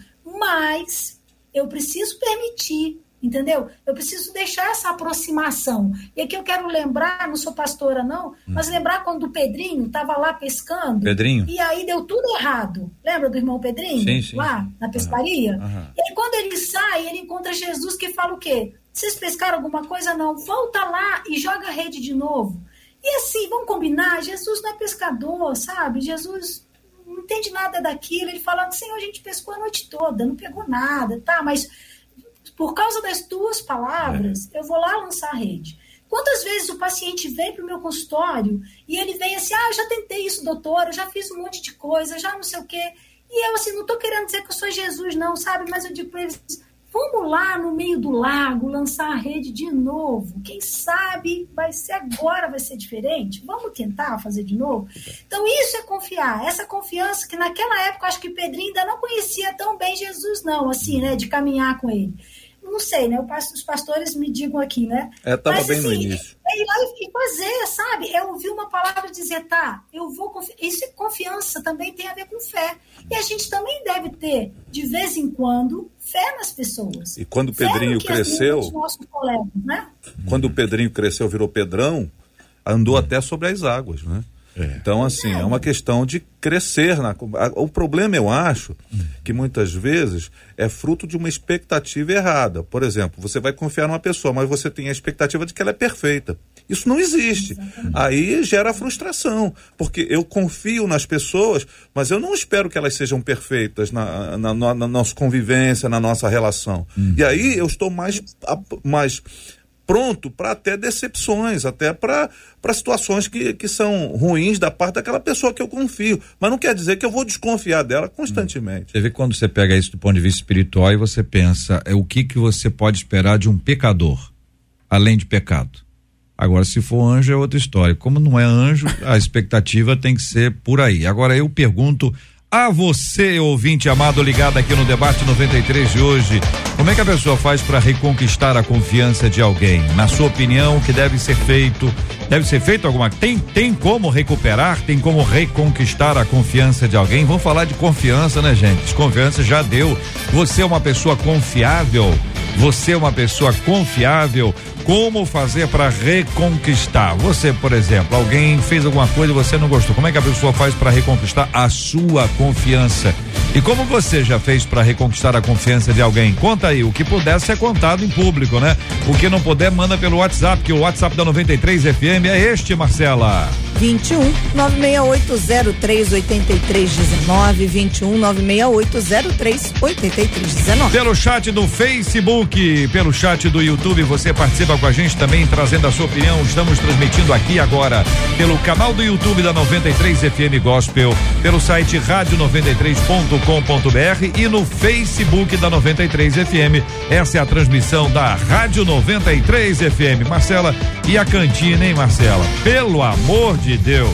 Mas eu preciso permitir, entendeu? Eu preciso deixar essa aproximação. E aqui eu quero lembrar, não sou pastora não, hum. mas lembrar quando o Pedrinho estava lá pescando. Pedrinho. E aí deu tudo errado. Lembra do irmão Pedrinho? Sim, sim. Lá na pescaria? Uhum. Uhum. E aí quando ele sai, ele encontra Jesus que fala o quê? Vocês pescaram alguma coisa? Não. Volta lá e joga a rede de novo. E assim, vamos combinar? Jesus não é pescador, sabe? Jesus não entende nada daquilo. Ele fala, Senhor, a gente pescou a noite toda, não pegou nada, tá? Mas por causa das tuas palavras, é. eu vou lá lançar a rede. Quantas vezes o paciente vem para o meu consultório e ele vem assim, ah, eu já tentei isso, doutor, eu já fiz um monte de coisa, já não sei o quê. E eu assim, não estou querendo dizer que eu sou Jesus, não, sabe? Mas eu digo para eles, vamos lá no meio do lago lançar a rede de novo. Quem sabe vai ser agora, vai ser diferente. Vamos tentar fazer de novo? Então isso é confiar. Essa confiança que naquela época, acho que Pedrinho ainda não conhecia tão bem Jesus, não, assim, né? De caminhar com ele. Não sei, né? Os pastores me digam aqui, né? É, tava Mas, bem assim, no início. É ir lá e fazer, sabe? É ouvir uma palavra e dizer, tá, eu vou confiar. Isso é confiança, também tem a ver com fé. E a gente também deve ter, de vez em quando, fé nas pessoas. E quando o Pedrinho cresceu, os nossos colegas, né? Quando o Pedrinho cresceu, virou Pedrão, andou até sobre as águas, né? É. Então, assim, é uma questão de crescer. Na, o problema, eu acho, que muitas vezes é fruto de uma expectativa errada. Por exemplo, você vai confiar numa pessoa, mas você tem a expectativa de que ela é perfeita. Isso não existe. Exatamente. Aí gera frustração, porque eu confio nas pessoas, mas eu não espero que elas sejam perfeitas na, na, na, na nossa convivência, na nossa relação. Hum. E aí eu estou mais... mais pronto para até decepções, até para situações que, que são ruins da parte daquela pessoa que eu confio. Mas não quer dizer que eu vou desconfiar dela constantemente. Você vê que quando você pega isso do ponto de vista espiritual e você pensa, é o que que você pode esperar de um pecador, além de pecado. Agora, se for anjo é outra história. Como não é anjo, a expectativa tem que ser por aí. Agora eu pergunto a você, ouvinte amado, ligado aqui no Debate noventa e três de hoje, como é que a pessoa faz para reconquistar a confiança de alguém? Na sua opinião, o que deve ser feito? Deve ser feito alguma tem tem como recuperar? Tem como reconquistar a confiança de alguém? Vamos falar de confiança, né, gente? Desconfiança já deu. Você é uma pessoa confiável? Você é uma pessoa confiável? Como fazer para reconquistar? Você, por exemplo, alguém fez alguma coisa e você não gostou. Como é que a pessoa faz para reconquistar a sua confiança? E como você já fez para reconquistar a confiança de alguém? Conta aí, o que puder ser contado em público, né? O que não puder, manda pelo WhatsApp, que o WhatsApp da noventa e três F M é este, Marcela. vinte e um, nove seis oito zero três oito três um nove, vinte e um, nove seis oito zero três oito três um nove. Pelo chat do Facebook, pelo chat do YouTube, você participa com a gente também, trazendo a sua opinião. Estamos transmitindo aqui agora pelo canal do YouTube da noventa e três F M Gospel, pelo site rádio noventa e três ponto com ponto b r e no Facebook da noventa e três F M. Essa é a transmissão da Rádio noventa e três F M. Marcela, e a cantina, hein, Marcela? Pelo amor de Deus.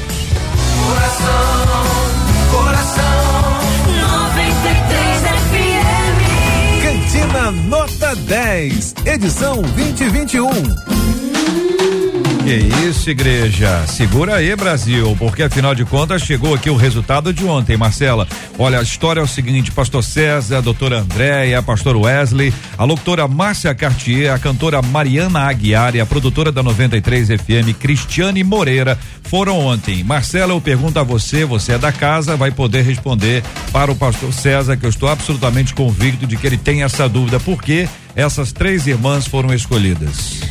Coração, coração, noventa e três F M. Cantina Nota dez, edição vinte e vinte e um. Que isso, igreja. Segura aí, Brasil, porque afinal de contas chegou aqui o resultado de ontem, Marcela. Olha, a história é o seguinte: pastor César, a doutora Andréia, pastor Wesley, a locutora Márcia Cartier, a cantora Mariana Aguiar e a produtora da noventa e três F M, Cristiane Moreira, foram ontem. Marcela, eu pergunto a você, você é da casa, vai poder responder para o pastor César, que eu estou absolutamente convicto de que ele tem essa dúvida. Por que essas três irmãs foram escolhidas?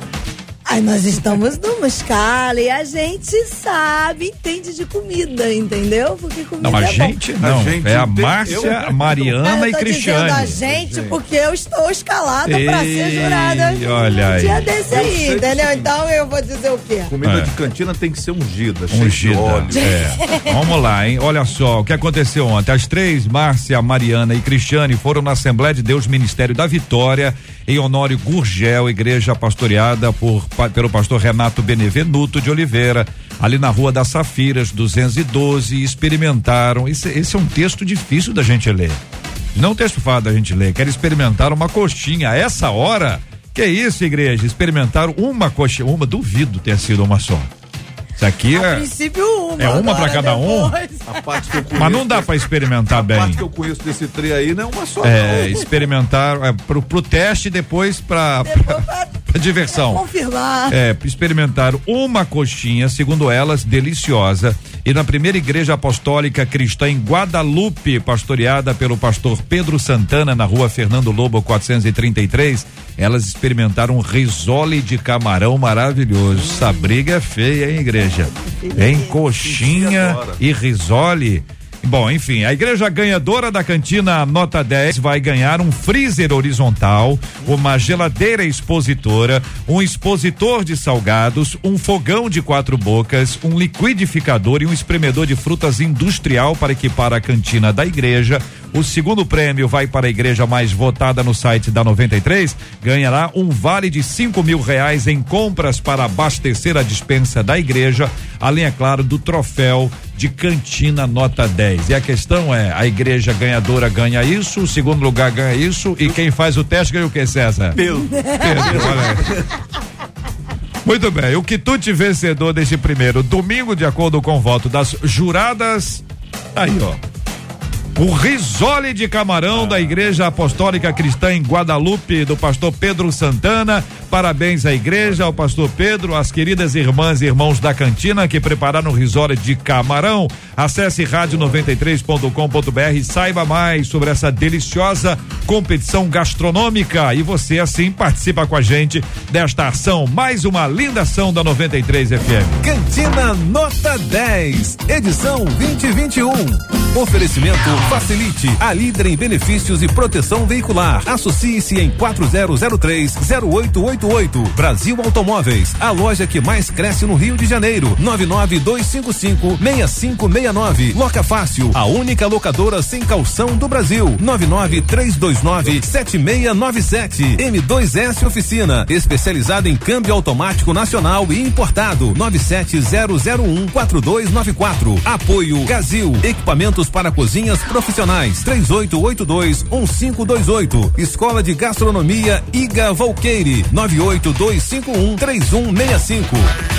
Ai, nós estamos numa escala e a gente sabe, entende de comida, entendeu? Porque comida não, a é gente bom. não, A gente é a entende- Márcia, eu- a Mariana eu e tô Cristiane. dizendo a gente porque eu estou escalada Ei, pra ser jurada olha aí. um dia desse Eu aí, sei entendeu? que- Então eu vou dizer o quê? Comida É. de cantina tem que ser ungida, cheia de Ungida. óleo. É. Vamos lá, hein? Olha só o que aconteceu ontem. As três, Márcia, Mariana e Cristiane, foram na Assembleia de Deus Ministério da Vitória, em Honório Gurgel, igreja pastoreada por, pa- pelo pastor Renato Benevenuto de Oliveira, ali na Rua das Safiras, duzentos e doze, e experimentaram. Esse, esse é um texto difícil da gente ler. Não um texto fácil da gente ler. Quer experimentar uma coxinha. A essa hora, que isso, igreja? Experimentaram uma coxinha. Uma, duvido ter sido uma só. Isso aqui A é. princípio uma. É uma agora pra cada um? depois- A parte que eu conheço Mas não dá desse- pra experimentar A bem. parte que eu conheço desse trem aí não é uma só. É, não. experimentaram é, pro, pro teste e depois pra, Depois pra, pra pra diversão. confirmar. É, experimentaram uma coxinha, segundo elas, deliciosa. E na primeira igreja apostólica cristã em Guadalupe, pastoreada pelo pastor Pedro Santana, na rua Fernando Lobo, quatrocentos e trinta e três, elas experimentaram um risole de camarão maravilhoso. Essa briga é feia, hein, igreja? Hein? Coxinha e risole. Bom, enfim, a igreja ganhadora da cantina nota dez vai ganhar um freezer horizontal, uma geladeira expositora, um expositor de salgados, um fogão de quatro bocas, um liquidificador e um espremedor de frutas industrial para equipar a cantina da igreja. O segundo prêmio vai para a igreja mais votada no site da noventa e três, ganhará um vale de cinco mil reais em compras para abastecer a despensa da igreja, além, é claro, do troféu de cantina nota dez. E a questão é, a igreja ganhadora ganha isso, o segundo lugar ganha isso, e quem faz o teste ganha o que, César? Pedro. Pedro, olha aí. Muito bem, o quitute vencedor deste primeiro domingo, de acordo com o voto das juradas, aí ó, o risole de camarão da Igreja Apostólica Cristã em Guadalupe, do pastor Pedro Santana. Parabéns à igreja, ao pastor Pedro, às queridas irmãs e irmãos da cantina que prepararam o risole de camarão. Acesse rádio noventa e três ponto com ponto br e saiba mais sobre essa deliciosa competição gastronômica. E você, assim, participa com a gente desta ação, mais uma linda ação da noventa e três F M. Cantina Nota dez, edição vinte e vinte e um. Oferecimento Facilite, a líder em benefícios e proteção veicular. Associe-se em quatro zero zero três zero oito oito oito. Brasil Automóveis, a loja que mais cresce no Rio de Janeiro. nove nove dois cinco cinco seis cinco seis nove. Loca Fácil, a única locadora sem calção do Brasil. nove nove três dois nove sete seis nove sete. M dois S Oficina, especializada em câmbio automático nacional e importado. nove sete zero zero um quatro dois nove quatro. Apoio Gazil, equipamentos para cozinhas profissionais. três oito oito dois um cinco dois oito. Escola de Gastronomia Iga Valqueire. nove oito dois cinco um três um seis cinco.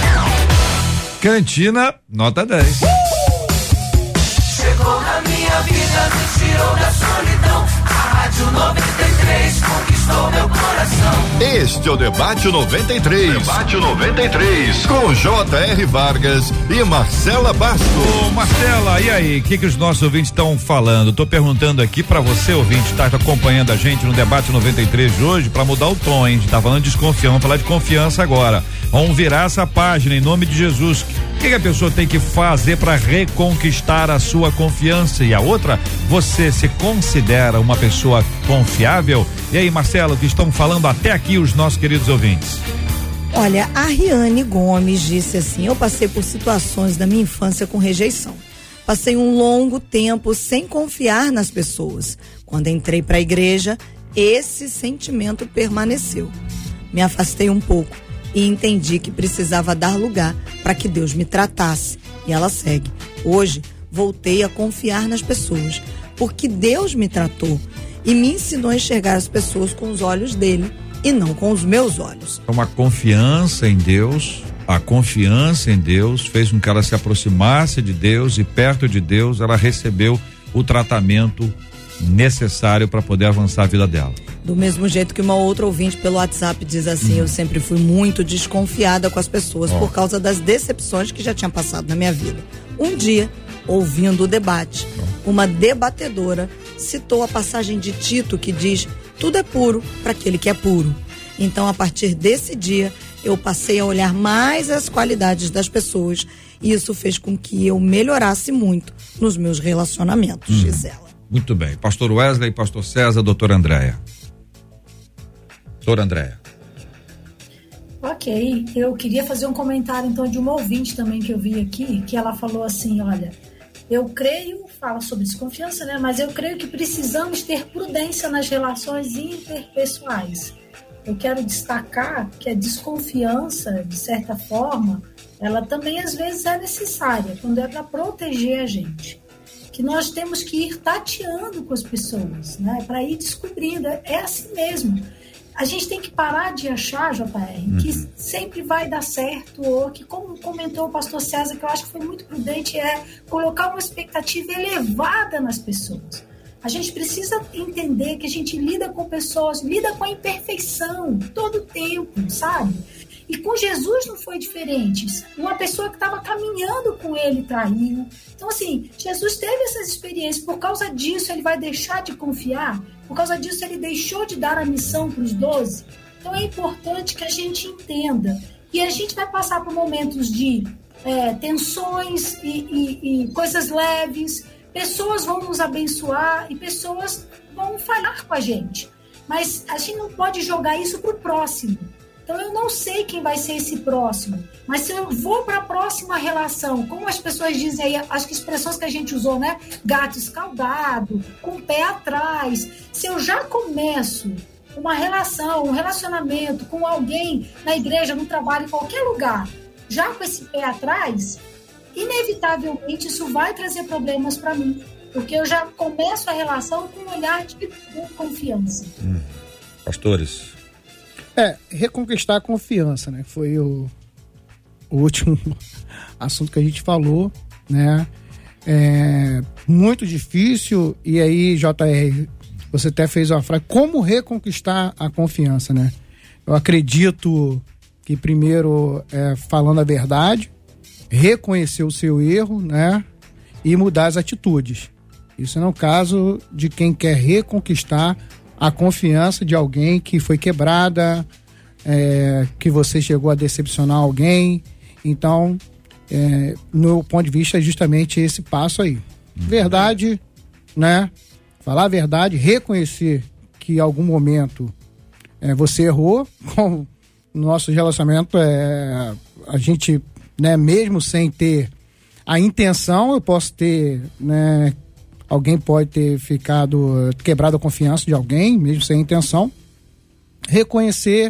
Cantina nota dez. Chegou na minha vida, me tirou da solidão. A Rádio noventa e três conquistou meu coração. Este é o Debate noventa e três. Debate noventa e três. Com J R Vargas e Marcela Bastos. Ô, Marcela, e aí, o que que os nossos ouvintes estão falando? Tô perguntando aqui pra você, ouvinte, tá acompanhando a gente no Debate noventa e três de hoje, pra mudar o tom, hein? A gente tá falando de desconfiança, vamos falar de confiança agora. Vamos virar essa página em nome de Jesus. O que que a pessoa tem que fazer pra reconquistar a sua confiança? E a outra, você se considera uma pessoa confiável? E aí, Marcela, o que estão falando até aqui os nossos queridos ouvintes? Olha, a Riane Gomes disse assim: eu passei por situações da minha infância com rejeição. Passei um longo tempo sem confiar nas pessoas. Quando entrei para a igreja, esse sentimento permaneceu. Me afastei um pouco e entendi que precisava dar lugar para que Deus me tratasse. E ela segue: hoje voltei a confiar nas pessoas, porque Deus me tratou e me ensinou a enxergar as pessoas com os olhos dele e não com os meus olhos. Uma confiança em Deus a confiança em Deus fez com que ela se aproximasse de Deus, e perto de Deus ela recebeu o tratamento necessário para poder avançar a vida dela. Do mesmo jeito que uma outra ouvinte pelo WhatsApp diz assim, hum. eu sempre fui muito desconfiada com as pessoas oh. por causa das decepções que já tinham passado na minha vida. Um dia, ouvindo o debate, oh. uma debatedora citou a passagem de Tito que diz: tudo é puro para aquele que é puro. Então, a partir desse dia, eu passei a olhar mais as qualidades das pessoas, e isso fez com que eu melhorasse muito nos meus relacionamentos, hum. Gisela. Muito bem. Pastor Wesley, Pastor César, doutora Andréia. Doutora Andréia. Ok, eu queria fazer um comentário então de uma ouvinte também que eu vi aqui, que ela falou assim, olha, eu creio, fala sobre desconfiança, né? Mas eu creio que precisamos ter prudência nas relações interpessoais. Eu quero destacar que a desconfiança, de certa forma, ela também às vezes é necessária, quando é para proteger a gente. Que nós temos que ir tateando com as pessoas, né? Para ir descobrindo, é assim mesmo. A gente tem que parar de achar, J R, uhum. que sempre vai dar certo, ou que, como comentou o pastor César, que eu acho que foi muito prudente, é colocar uma expectativa elevada nas pessoas. A gente precisa entender que a gente lida com pessoas, lida com a imperfeição todo o tempo, sabe? E com Jesus não foi diferente. Uma pessoa que estava caminhando com ele traiu. Então, assim, Jesus teve essas experiências. Por causa disso, ele vai deixar de confiar? Por causa disso, ele deixou de dar a missão para os doze? Então, é importante que a gente entenda. E a gente vai passar por momentos de é, tensões e, e, e coisas leves. Pessoas vão nos abençoar e pessoas vão falhar com a gente. Mas a gente não pode jogar isso para o próximo. Então, eu não sei quem vai ser esse próximo, mas se eu vou para a próxima relação, como as pessoas dizem aí, acho que expressões que a gente usou, né? Gato escaldado, com o pé atrás. Se eu já começo uma relação, um relacionamento com alguém na igreja, no trabalho, em qualquer lugar, já com esse pé atrás, inevitavelmente isso vai trazer problemas para mim, porque eu já começo a relação com um olhar de confiança. Hum. Pastores... É, reconquistar a confiança, né? Foi o, o último assunto que a gente falou, né? É muito difícil, e aí, J R, você até fez uma frase, como reconquistar a confiança, né? Eu acredito que primeiro é falando a verdade, reconhecer o seu erro, né? E mudar as atitudes. Isso não é o caso de quem quer reconquistar a confiança de alguém que foi quebrada, é, que você chegou a decepcionar alguém. Então, é, no meu ponto de vista, é justamente esse passo aí. Verdade, né? Falar a verdade, reconhecer que em algum momento é, você errou. Com o nosso relacionamento, é, a gente, né, mesmo sem ter a intenção, eu posso ter, né, alguém pode ter ficado, quebrado a confiança de alguém, mesmo sem intenção. Reconhecer,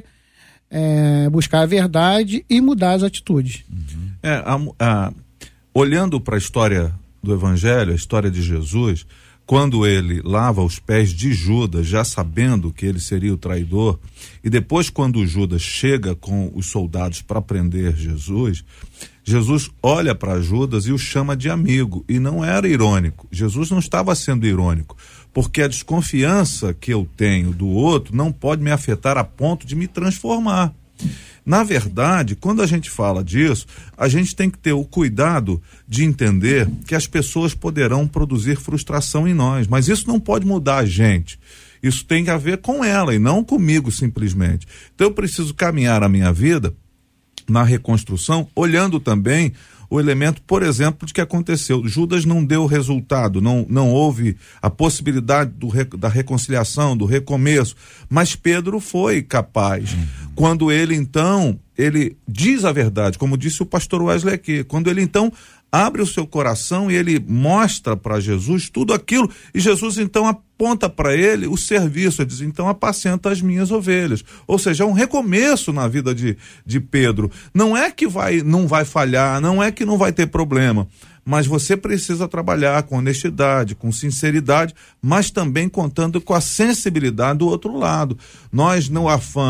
é, buscar a verdade e mudar as atitudes. Uhum. É, a, a, olhando para a história do Evangelho, a história de Jesus, quando ele lava os pés de Judas, já sabendo que ele seria o traidor, e depois quando Judas chega com os soldados para prender Jesus, Jesus olha para Judas e o chama de amigo, e não era irônico. Jesus não estava sendo irônico, porque a desconfiança que eu tenho do outro não pode me afetar a ponto de me transformar. Na verdade, quando a gente fala disso, a gente tem que ter o cuidado de entender que as pessoas poderão produzir frustração em nós, mas isso não pode mudar a gente. Isso tem a ver com ela e não comigo simplesmente. Então eu preciso caminhar a minha vida na reconstrução, olhando também o elemento, por exemplo, de que aconteceu. Judas não deu resultado, não, não houve a possibilidade do, da reconciliação, do recomeço, mas Pedro foi capaz. Uhum. Quando ele, então, ele diz a verdade, como disse o pastor Wesley aqui, quando ele, então, abre o seu coração e ele mostra para Jesus tudo aquilo, e Jesus, então, aponta para ele o serviço, ele diz, então, apacenta as minhas ovelhas. Ou seja, é um recomeço na vida de, de Pedro. Não é que vai, não vai falhar, não é que não vai ter problema, mas você precisa trabalhar com honestidade, com sinceridade, mas também contando com a sensibilidade do outro lado. Nós, no afã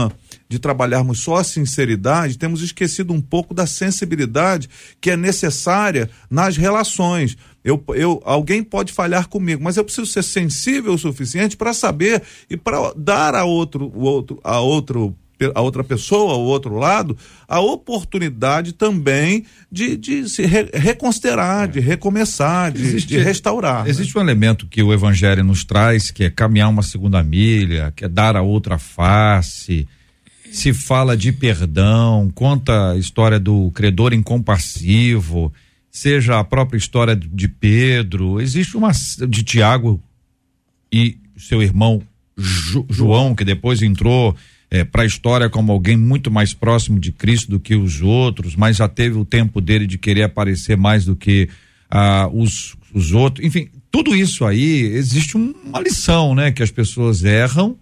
de trabalharmos só a sinceridade, temos esquecido um pouco da sensibilidade que é necessária nas relações. Eu, eu, alguém pode falhar comigo, mas eu preciso ser sensível o suficiente para saber e para dar a outro, o outro, a outro a outra pessoa, ao outro lado, a oportunidade também de, de se re, reconsiderar, é. de recomeçar, de, existe, de restaurar. Existe né? um elemento que o Evangelho nos traz, que é caminhar uma segunda milha, que é dar a outra face. Se fala de perdão, conta a história do credor incompassivo, seja a própria história de Pedro, existe uma de Tiago e seu irmão Jo, João, que depois entrou É, para a história como alguém muito mais próximo de Cristo do que os outros, mas já teve o tempo dele de querer aparecer mais do que ah, os, os outros. Enfim, tudo isso aí, existe um, uma lição, né? Que as pessoas erram,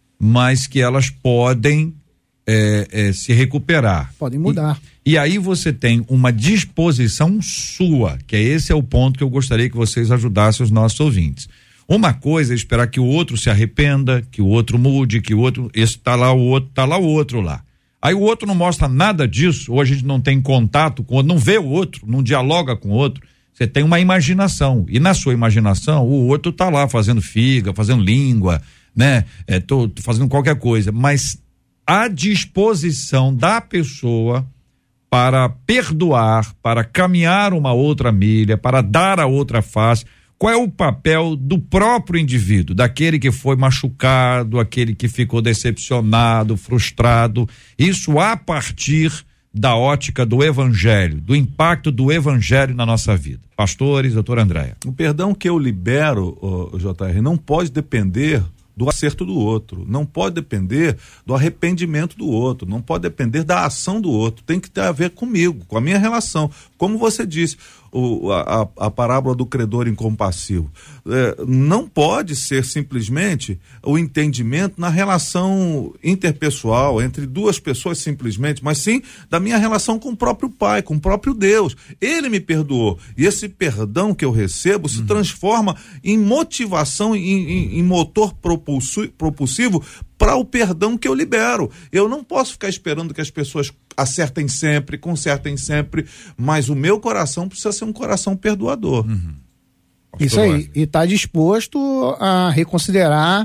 mas que elas podem é, é, se recuperar. Podem mudar. E, e aí você tem uma disposição sua, que é esse é o ponto que eu gostaria que vocês ajudassem os nossos ouvintes. Uma coisa é esperar que o outro se arrependa, que o outro mude, que o outro, esse tá lá, o outro, tá lá o outro lá. Aí o outro não mostra nada disso, ou a gente não tem contato com o outro, não vê o outro, não dialoga com o outro. Você tem uma imaginação, e na sua imaginação o outro tá lá fazendo figa, fazendo língua, né? É, tô, tô fazendo qualquer coisa, mas a disposição da pessoa para perdoar, para caminhar uma outra milha, para dar a outra face. Qual é o papel do próprio indivíduo, daquele que foi machucado, aquele que ficou decepcionado, frustrado, isso a partir da ótica do Evangelho, do impacto do Evangelho na nossa vida. Pastores, doutora Andréia. O perdão que eu libero, oh, J R, não pode depender do acerto do outro, não pode depender do arrependimento do outro, não pode depender da ação do outro, tem que ter a ver comigo, com a minha relação. Como você disse, o, a, a parábola do credor incompassivo, é, não pode ser simplesmente o entendimento na relação interpessoal entre duas pessoas simplesmente, mas sim da minha relação com o próprio Pai, com o próprio Deus. Ele me perdoou e esse perdão que eu recebo se uhum. transforma em motivação, em, em, em motor propulsivo para o perdão que eu libero. Eu não posso ficar esperando que as pessoas acertem sempre, consertem sempre, mas o meu coração precisa ser um coração perdoador. Uhum. Isso aí, e está disposto a reconsiderar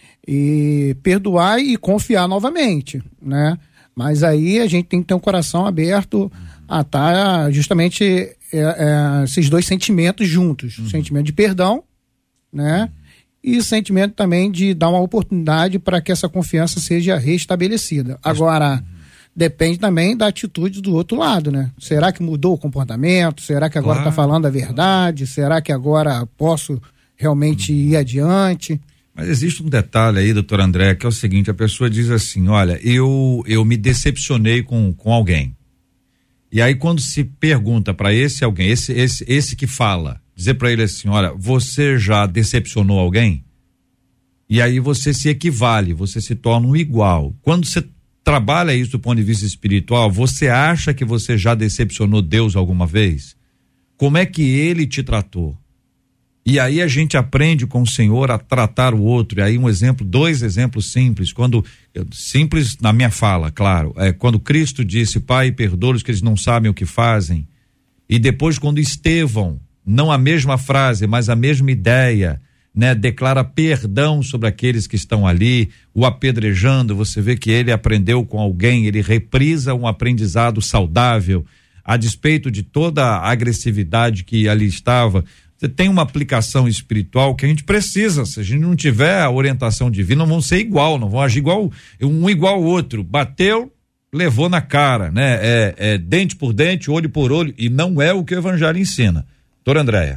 e perdoar e confiar novamente, né? Mas aí a gente tem que ter um coração aberto uhum. a estar tá justamente é, é, esses dois sentimentos juntos, uhum. sentimento de perdão, né? Uhum. E o sentimento também de dar uma oportunidade para que essa confiança seja restabelecida. Agora, depende também da atitude do outro lado, né? Será que mudou o comportamento? Será que agora está claro. falando a verdade? Será que agora posso realmente hum. ir adiante? Mas existe um detalhe aí, doutor André, que é o seguinte, a pessoa diz assim, olha, eu, eu me decepcionei com, com alguém. E aí quando se pergunta para esse alguém, esse, esse, esse que fala, dizer para ele assim, olha, você já decepcionou alguém? E aí você se equivale, você se torna um igual. Quando você trabalha isso do ponto de vista espiritual, você acha que você já decepcionou Deus alguma vez? Como é que ele te tratou? E aí a gente aprende com o Senhor a tratar o outro. E aí um exemplo, dois exemplos simples, quando, simples na minha fala, claro, é quando Cristo disse, Pai, perdoa-os que eles não sabem o que fazem. E depois quando Estevão, não a mesma frase, mas a mesma ideia, né, declara perdão sobre aqueles que estão ali, o apedrejando, você vê que ele aprendeu com alguém, ele reprisa um aprendizado saudável, a despeito de toda a agressividade que ali estava. Você tem uma aplicação espiritual que a gente precisa, se a gente não tiver a orientação divina, não vão ser igual, não vão agir igual, um igual ao outro, bateu, levou na cara, né, é, é dente por dente, olho por olho, e não é o que o Evangelho ensina. Doutora Andréia.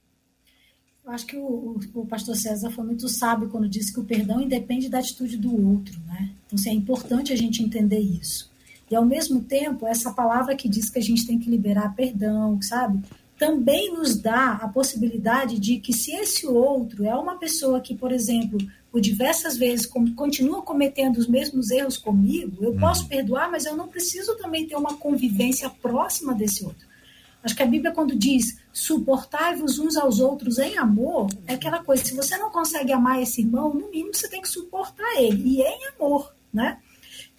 Eu acho que o, o, o pastor César foi muito sábio quando disse que o perdão independe da atitude do outro, né? Então, assim, é importante a gente entender isso. E, ao mesmo tempo, essa palavra que diz que a gente tem que liberar perdão, sabe? Também nos dá a possibilidade de que se esse outro é uma pessoa que, por exemplo, por diversas vezes com, continua cometendo os mesmos erros comigo, eu hum. posso perdoar, mas eu não preciso também ter uma convivência próxima desse outro. Acho que a Bíblia, quando diz suportai-vos uns aos outros em amor, é aquela coisa, se você não consegue amar esse irmão, no mínimo você tem que suportar ele, e em amor, né? Então vai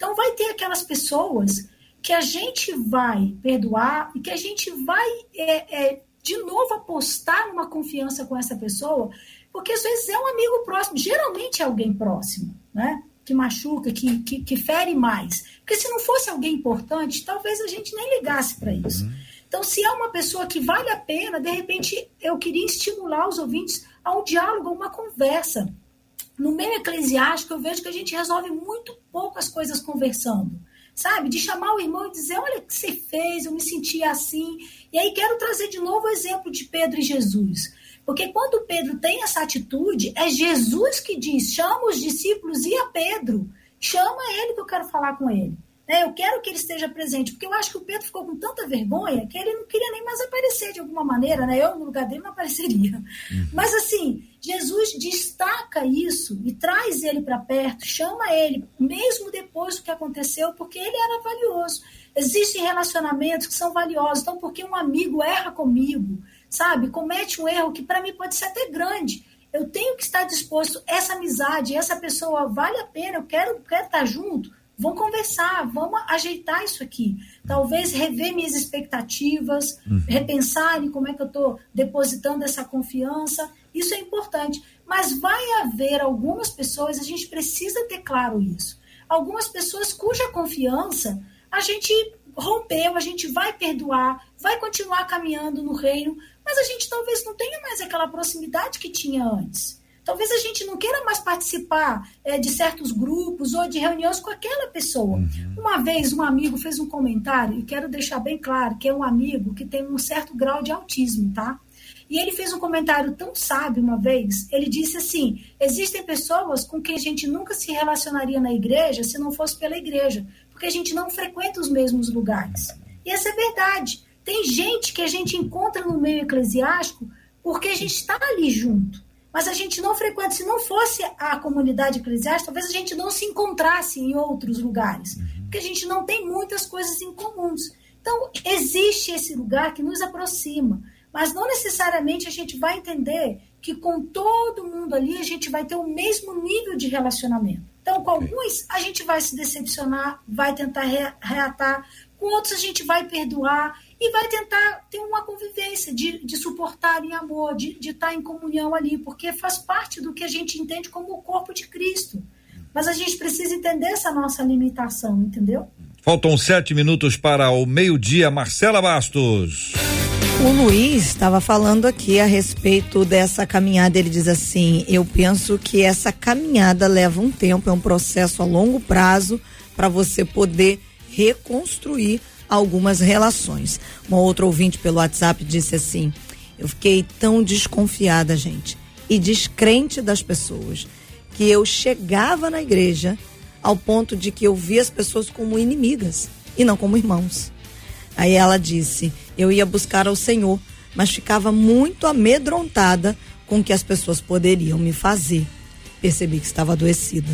ter aquelas pessoas que a gente vai perdoar e que a gente vai, é, é, de novo, apostar numa confiança com essa pessoa, porque às vezes é um amigo próximo, geralmente é alguém próximo, né? Que machuca, que, que, que fere mais. Porque se não fosse alguém importante, talvez a gente nem ligasse para isso. Então, se é uma pessoa que vale a pena, de repente, eu queria estimular os ouvintes a um diálogo, a uma conversa. No meio eclesiástico, eu vejo que a gente resolve muito pouco as coisas conversando. Sabe? De chamar o irmão e dizer, olha o que você fez, eu me senti assim. E aí quero trazer de novo o exemplo de Pedro e Jesus. Porque quando Pedro tem essa atitude, é Jesus que diz, chama os discípulos e a Pedro. Chama ele que eu quero falar com ele. Né? Eu quero que ele esteja presente. Porque eu acho que o Pedro ficou com tanta vergonha que ele não queria nem mais aparecer de alguma maneira. Né? Eu, no lugar dele, não apareceria. Uhum. Mas assim, Jesus destaca isso e traz ele para perto, chama ele, mesmo depois do que aconteceu, porque ele era valioso. Existem relacionamentos que são valiosos. Então, porque um amigo erra comigo, sabe, comete um erro que para mim pode ser até grande, eu tenho que estar disposto, essa amizade, essa pessoa vale a pena, eu quero, quero estar junto, vamos conversar, vamos ajeitar isso aqui, talvez rever minhas expectativas, uhum. repensar em como é que eu estou depositando essa confiança, isso é importante, mas vai haver algumas pessoas, a gente precisa ter claro isso, algumas pessoas cuja confiança a gente rompeu, a gente vai perdoar, vai continuar caminhando no reino, mas a gente talvez não tenha mais aquela proximidade que tinha antes. Talvez a gente não queira mais participar é, de certos grupos ou de reuniões com aquela pessoa. Uhum. Uma vez um amigo fez um comentário, e quero deixar bem claro que é um amigo que tem um certo grau de autismo, tá? E ele fez um comentário tão sábio uma vez, ele disse assim, existem pessoas com quem a gente nunca se relacionaria na igreja se não fosse pela igreja, porque a gente não frequenta os mesmos lugares. E essa é verdade. Tem gente que a gente encontra no meio eclesiástico porque a gente está ali junto. Mas a gente não frequenta. Se não fosse a comunidade eclesiástica, talvez a gente não se encontrasse em outros lugares. Porque a gente não tem muitas coisas em comuns. Então, existe esse lugar que nos aproxima. Mas não necessariamente a gente vai entender que com todo mundo ali a gente vai ter o mesmo nível de relacionamento. Então, com alguns a gente vai se decepcionar, vai tentar re- reatar. Com outros a gente vai perdoar e vai tentar ter uma convivência, de, de suportar em amor, de, de estar em comunhão ali, porque faz parte do que a gente entende como o corpo de Cristo. Mas a gente precisa entender essa nossa limitação, entendeu? Faltam sete minutos para o meio-dia. Marcela Bastos. O Luiz estava falando aqui a respeito dessa caminhada. Ele diz assim, eu penso que essa caminhada leva um tempo, é um processo a longo prazo para você poder reconstruir algumas relações. Uma outra ouvinte pelo WhatsApp disse assim, eu fiquei tão desconfiada, gente, e descrente das pessoas, que eu chegava na igreja ao ponto de que eu via as pessoas como inimigas e não como irmãos. Aí ela disse, eu ia buscar ao Senhor, mas ficava muito amedrontada com o que as pessoas poderiam me fazer. Percebi que estava adoecida.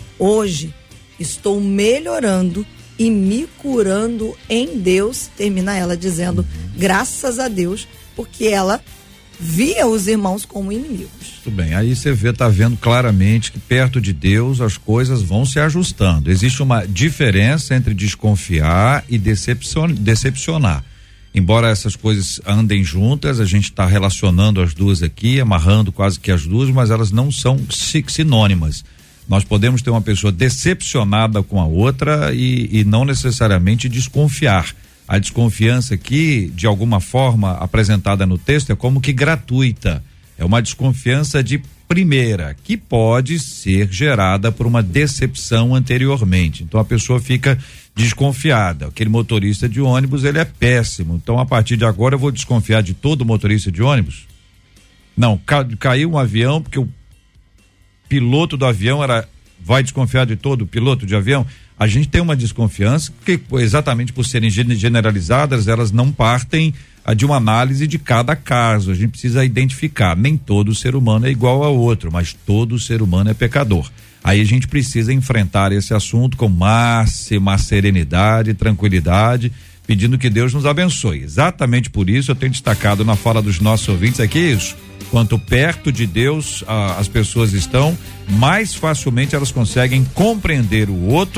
Hoje, estou melhorando e me curando em Deus, termina ela dizendo, graças a Deus, porque ela via os irmãos como inimigos. Tudo bem, aí você vê, tá vendo claramente que perto de Deus as coisas vão se ajustando. Existe uma diferença entre desconfiar e decepcion, decepcionar. Embora essas coisas andem juntas, a gente está relacionando as duas aqui, amarrando quase que as duas, mas elas não são sinônimas. Nós podemos ter uma pessoa decepcionada com a outra e, e não necessariamente desconfiar. A desconfiança aqui, de alguma forma apresentada no texto, é como que gratuita. É uma desconfiança de primeira, que pode ser gerada por uma decepção anteriormente. Então a pessoa fica desconfiada. Aquele motorista de ônibus, ele é péssimo. Então a partir de agora eu vou desconfiar de todo motorista de ônibus? Não, ca, caiu um avião porque o piloto do avião era, vai desconfiar de todo o piloto de avião? A gente tem uma desconfiança que, exatamente por serem generalizadas, elas não partem a, de uma análise de cada caso. A gente precisa identificar, nem todo ser humano é igual ao outro, mas todo ser humano é pecador. Aí a gente precisa enfrentar esse assunto com máxima serenidade, tranquilidade, pedindo que Deus nos abençoe. Exatamente por isso eu tenho destacado na fala dos nossos ouvintes aqui isso. Quanto perto de Deus ah, as pessoas estão, mais facilmente elas conseguem compreender o outro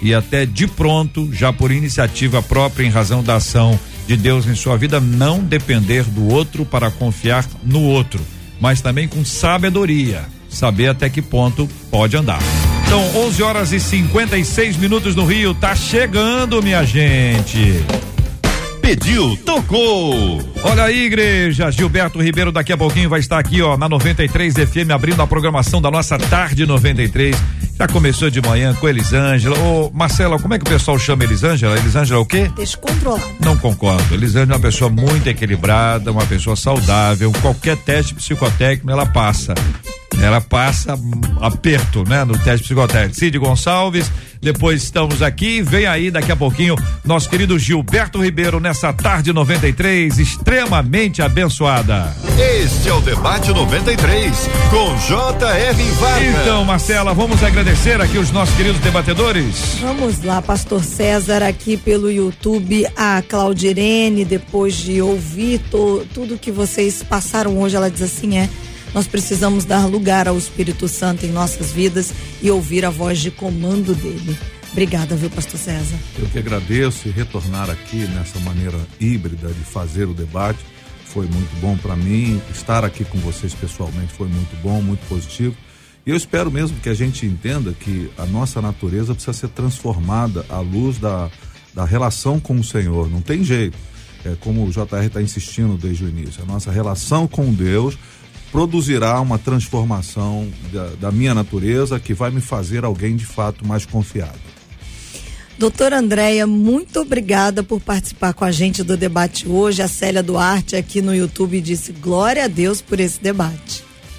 e até de pronto, já por iniciativa própria em razão da ação de Deus em sua vida, não depender do outro para confiar no outro, mas também com sabedoria, saber até que ponto pode andar. Então, onze horas e cinquenta e seis minutos no Rio, tá chegando, minha gente. Pediu, tocou. Olha aí, igreja, Gilberto Ribeiro daqui a pouquinho vai estar aqui, ó, na noventa e três F M, abrindo a programação da nossa Tarde noventa e três. Já começou de manhã com Elisângela. Ô, Marcela, como é que o pessoal chama Elisângela? Elisângela é o quê? Descontrolada. Não concordo. Elisângela é uma pessoa muito equilibrada, uma pessoa saudável. Qualquer teste psicotécnico ela passa. Ela passa aperto, né? No teste psicotécnico. Cid Gonçalves, depois estamos aqui, vem aí daqui a pouquinho nosso querido Gilberto Ribeiro nessa Tarde noventa e três, extremamente abençoada. Este é o Debate noventa e três, com J R Vargas. Então, Marcela, vamos agradecer aqui os nossos queridos debatedores. Vamos lá, pastor César, aqui pelo YouTube, a Claudirene, depois de ouvir to, tudo que vocês passaram hoje, ela diz assim, é, nós precisamos dar lugar ao Espírito Santo em nossas vidas e ouvir a voz de comando dele. Obrigada, viu, pastor César? Eu que agradeço e retornar aqui nessa maneira híbrida de fazer o debate. Foi muito bom para mim. Estar aqui com vocês pessoalmente foi muito bom, muito positivo. E eu espero mesmo que a gente entenda que a nossa natureza precisa ser transformada à luz da, da relação com o Senhor. Não tem jeito. É como o J R está insistindo desde o início. A nossa relação com Deus produzirá uma transformação da, da minha natureza que vai me fazer alguém de fato mais confiável. Doutora Andréia, muito obrigada por participar com a gente do debate hoje. A Célia Duarte aqui no YouTube disse glória a Deus por esse debate.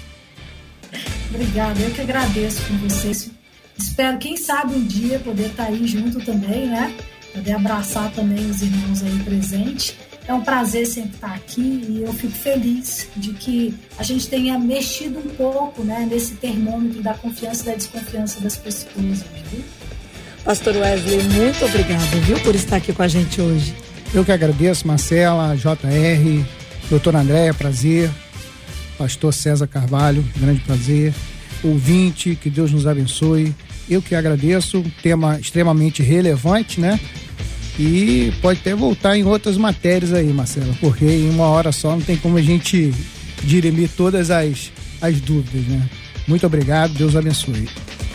Obrigada, eu que agradeço por vocês. Espero, quem sabe, um dia poder estar aí junto também, né? Poder abraçar também os irmãos aí presentes. É um prazer sempre estar aqui e eu fico feliz de que a gente tenha mexido um pouco, né, nesse termômetro da confiança e da desconfiança das pessoas, viu? Pastor Wesley, muito obrigada, viu, por estar aqui com a gente hoje. Eu que agradeço, Marcela, J R, doutora Andréia, prazer. Pastor César Carvalho, grande prazer. Ouvinte, que Deus nos abençoe. Eu que agradeço, um tema extremamente relevante, né? E pode até voltar em outras matérias aí, Marcela, porque em uma hora só não tem como a gente dirimir todas as, as dúvidas, né? Muito obrigado, Deus abençoe.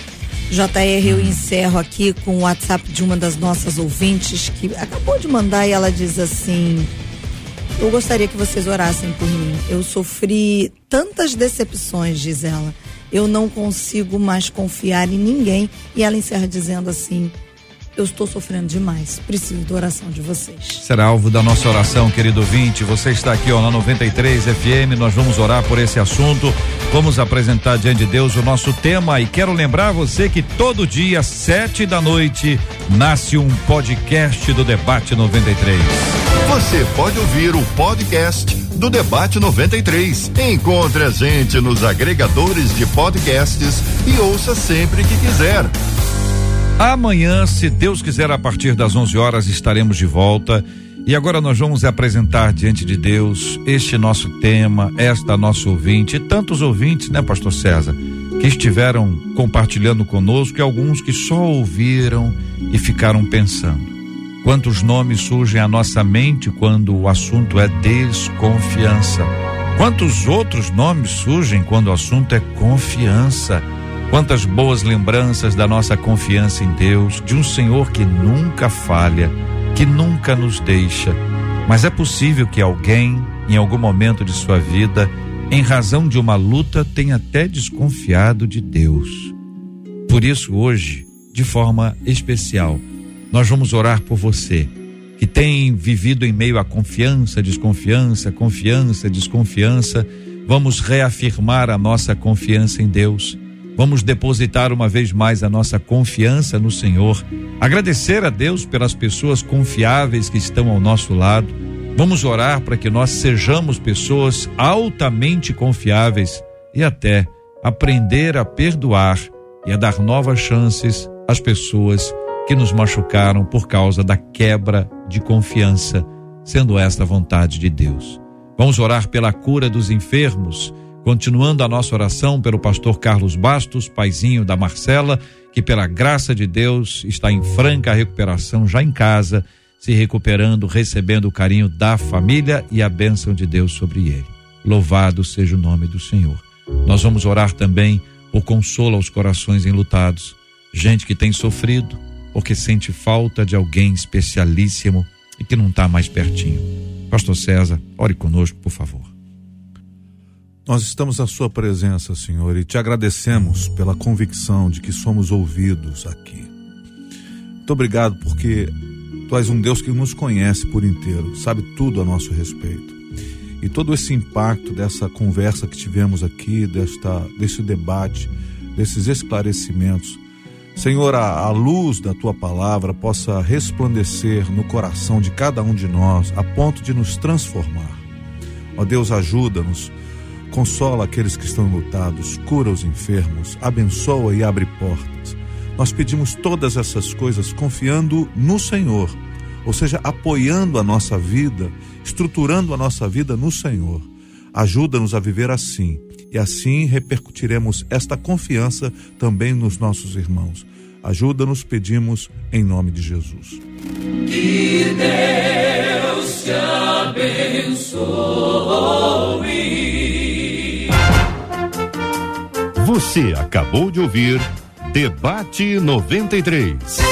J R, eu encerro aqui com o WhatsApp de uma das nossas ouvintes que acabou de mandar e ela diz assim: eu gostaria que vocês orassem por mim. Eu sofri tantas decepções, diz ela. Eu não consigo mais confiar em ninguém. E ela encerra dizendo assim: eu estou sofrendo demais, preciso da oração de vocês. Será alvo da nossa oração, querido ouvinte. Você está aqui, ó, na noventa e três F M, nós vamos orar por esse assunto, vamos apresentar diante de Deus o nosso tema e quero lembrar você que todo dia, sete da noite, nasce um podcast do Debate noventa e três. Você pode ouvir o podcast do Debate noventa e três. Encontre a gente nos agregadores de podcasts e ouça sempre que quiser. Amanhã, se Deus quiser, a partir das onze horas estaremos de volta e agora nós vamos apresentar diante de Deus este nosso tema, esta nossa ouvinte e tantos ouvintes, né, pastor César, que estiveram compartilhando conosco e alguns que só ouviram e ficaram pensando. Quantos nomes surgem à nossa mente quando o assunto é desconfiança? Quantos outros nomes surgem quando o assunto é confiança? Quantas boas lembranças da nossa confiança em Deus, de um Senhor que nunca falha, que nunca nos deixa. Mas é possível que alguém, em algum momento de sua vida, em razão de uma luta, tenha até desconfiado de Deus. Por isso, hoje, de forma especial, nós vamos orar por você, que tem vivido em meio à confiança, desconfiança, confiança, desconfiança. Vamos reafirmar a nossa confiança em Deus. Vamos depositar uma vez mais a nossa confiança no Senhor, agradecer a Deus pelas pessoas confiáveis que estão ao nosso lado. Vamos orar para que nós sejamos pessoas altamente confiáveis e até aprender a perdoar e a dar novas chances às pessoas que nos machucaram por causa da quebra de confiança, sendo esta a vontade de Deus. Vamos orar pela cura dos enfermos, Continuando a nossa oração pelo pastor Carlos Bastos, paizinho da Marcela, que pela graça de Deus está em franca recuperação já em casa, se recuperando, recebendo o carinho da família e a bênção de Deus sobre ele. Louvado seja o nome do Senhor. Nós vamos orar também por consolo aos corações enlutados, gente que tem sofrido porque sente falta de alguém especialíssimo e que não está mais pertinho. Pastor César, ore conosco, por favor. Nós estamos à sua presença, Senhor, e te agradecemos pela convicção de que somos ouvidos aqui. Muito obrigado, porque tu és um Deus que nos conhece por inteiro, sabe tudo a nosso respeito. E todo esse impacto dessa conversa que tivemos aqui, desta, desse debate, desses esclarecimentos, Senhor, a, a luz da tua palavra possa resplandecer no coração de cada um de nós, a ponto de nos transformar. Ó Deus, ajuda-nos, consola aqueles que estão enlutados, cura os enfermos, abençoa e abre portas. Nós pedimos todas essas coisas confiando no Senhor, ou seja, apoiando a nossa vida, estruturando a nossa vida no Senhor. Ajuda-nos a viver assim, e assim repercutiremos esta confiança também nos nossos irmãos. Ajuda-nos, pedimos, em nome de Jesus. Que Deus te abençoe. Você acabou de ouvir Debate noventa e três.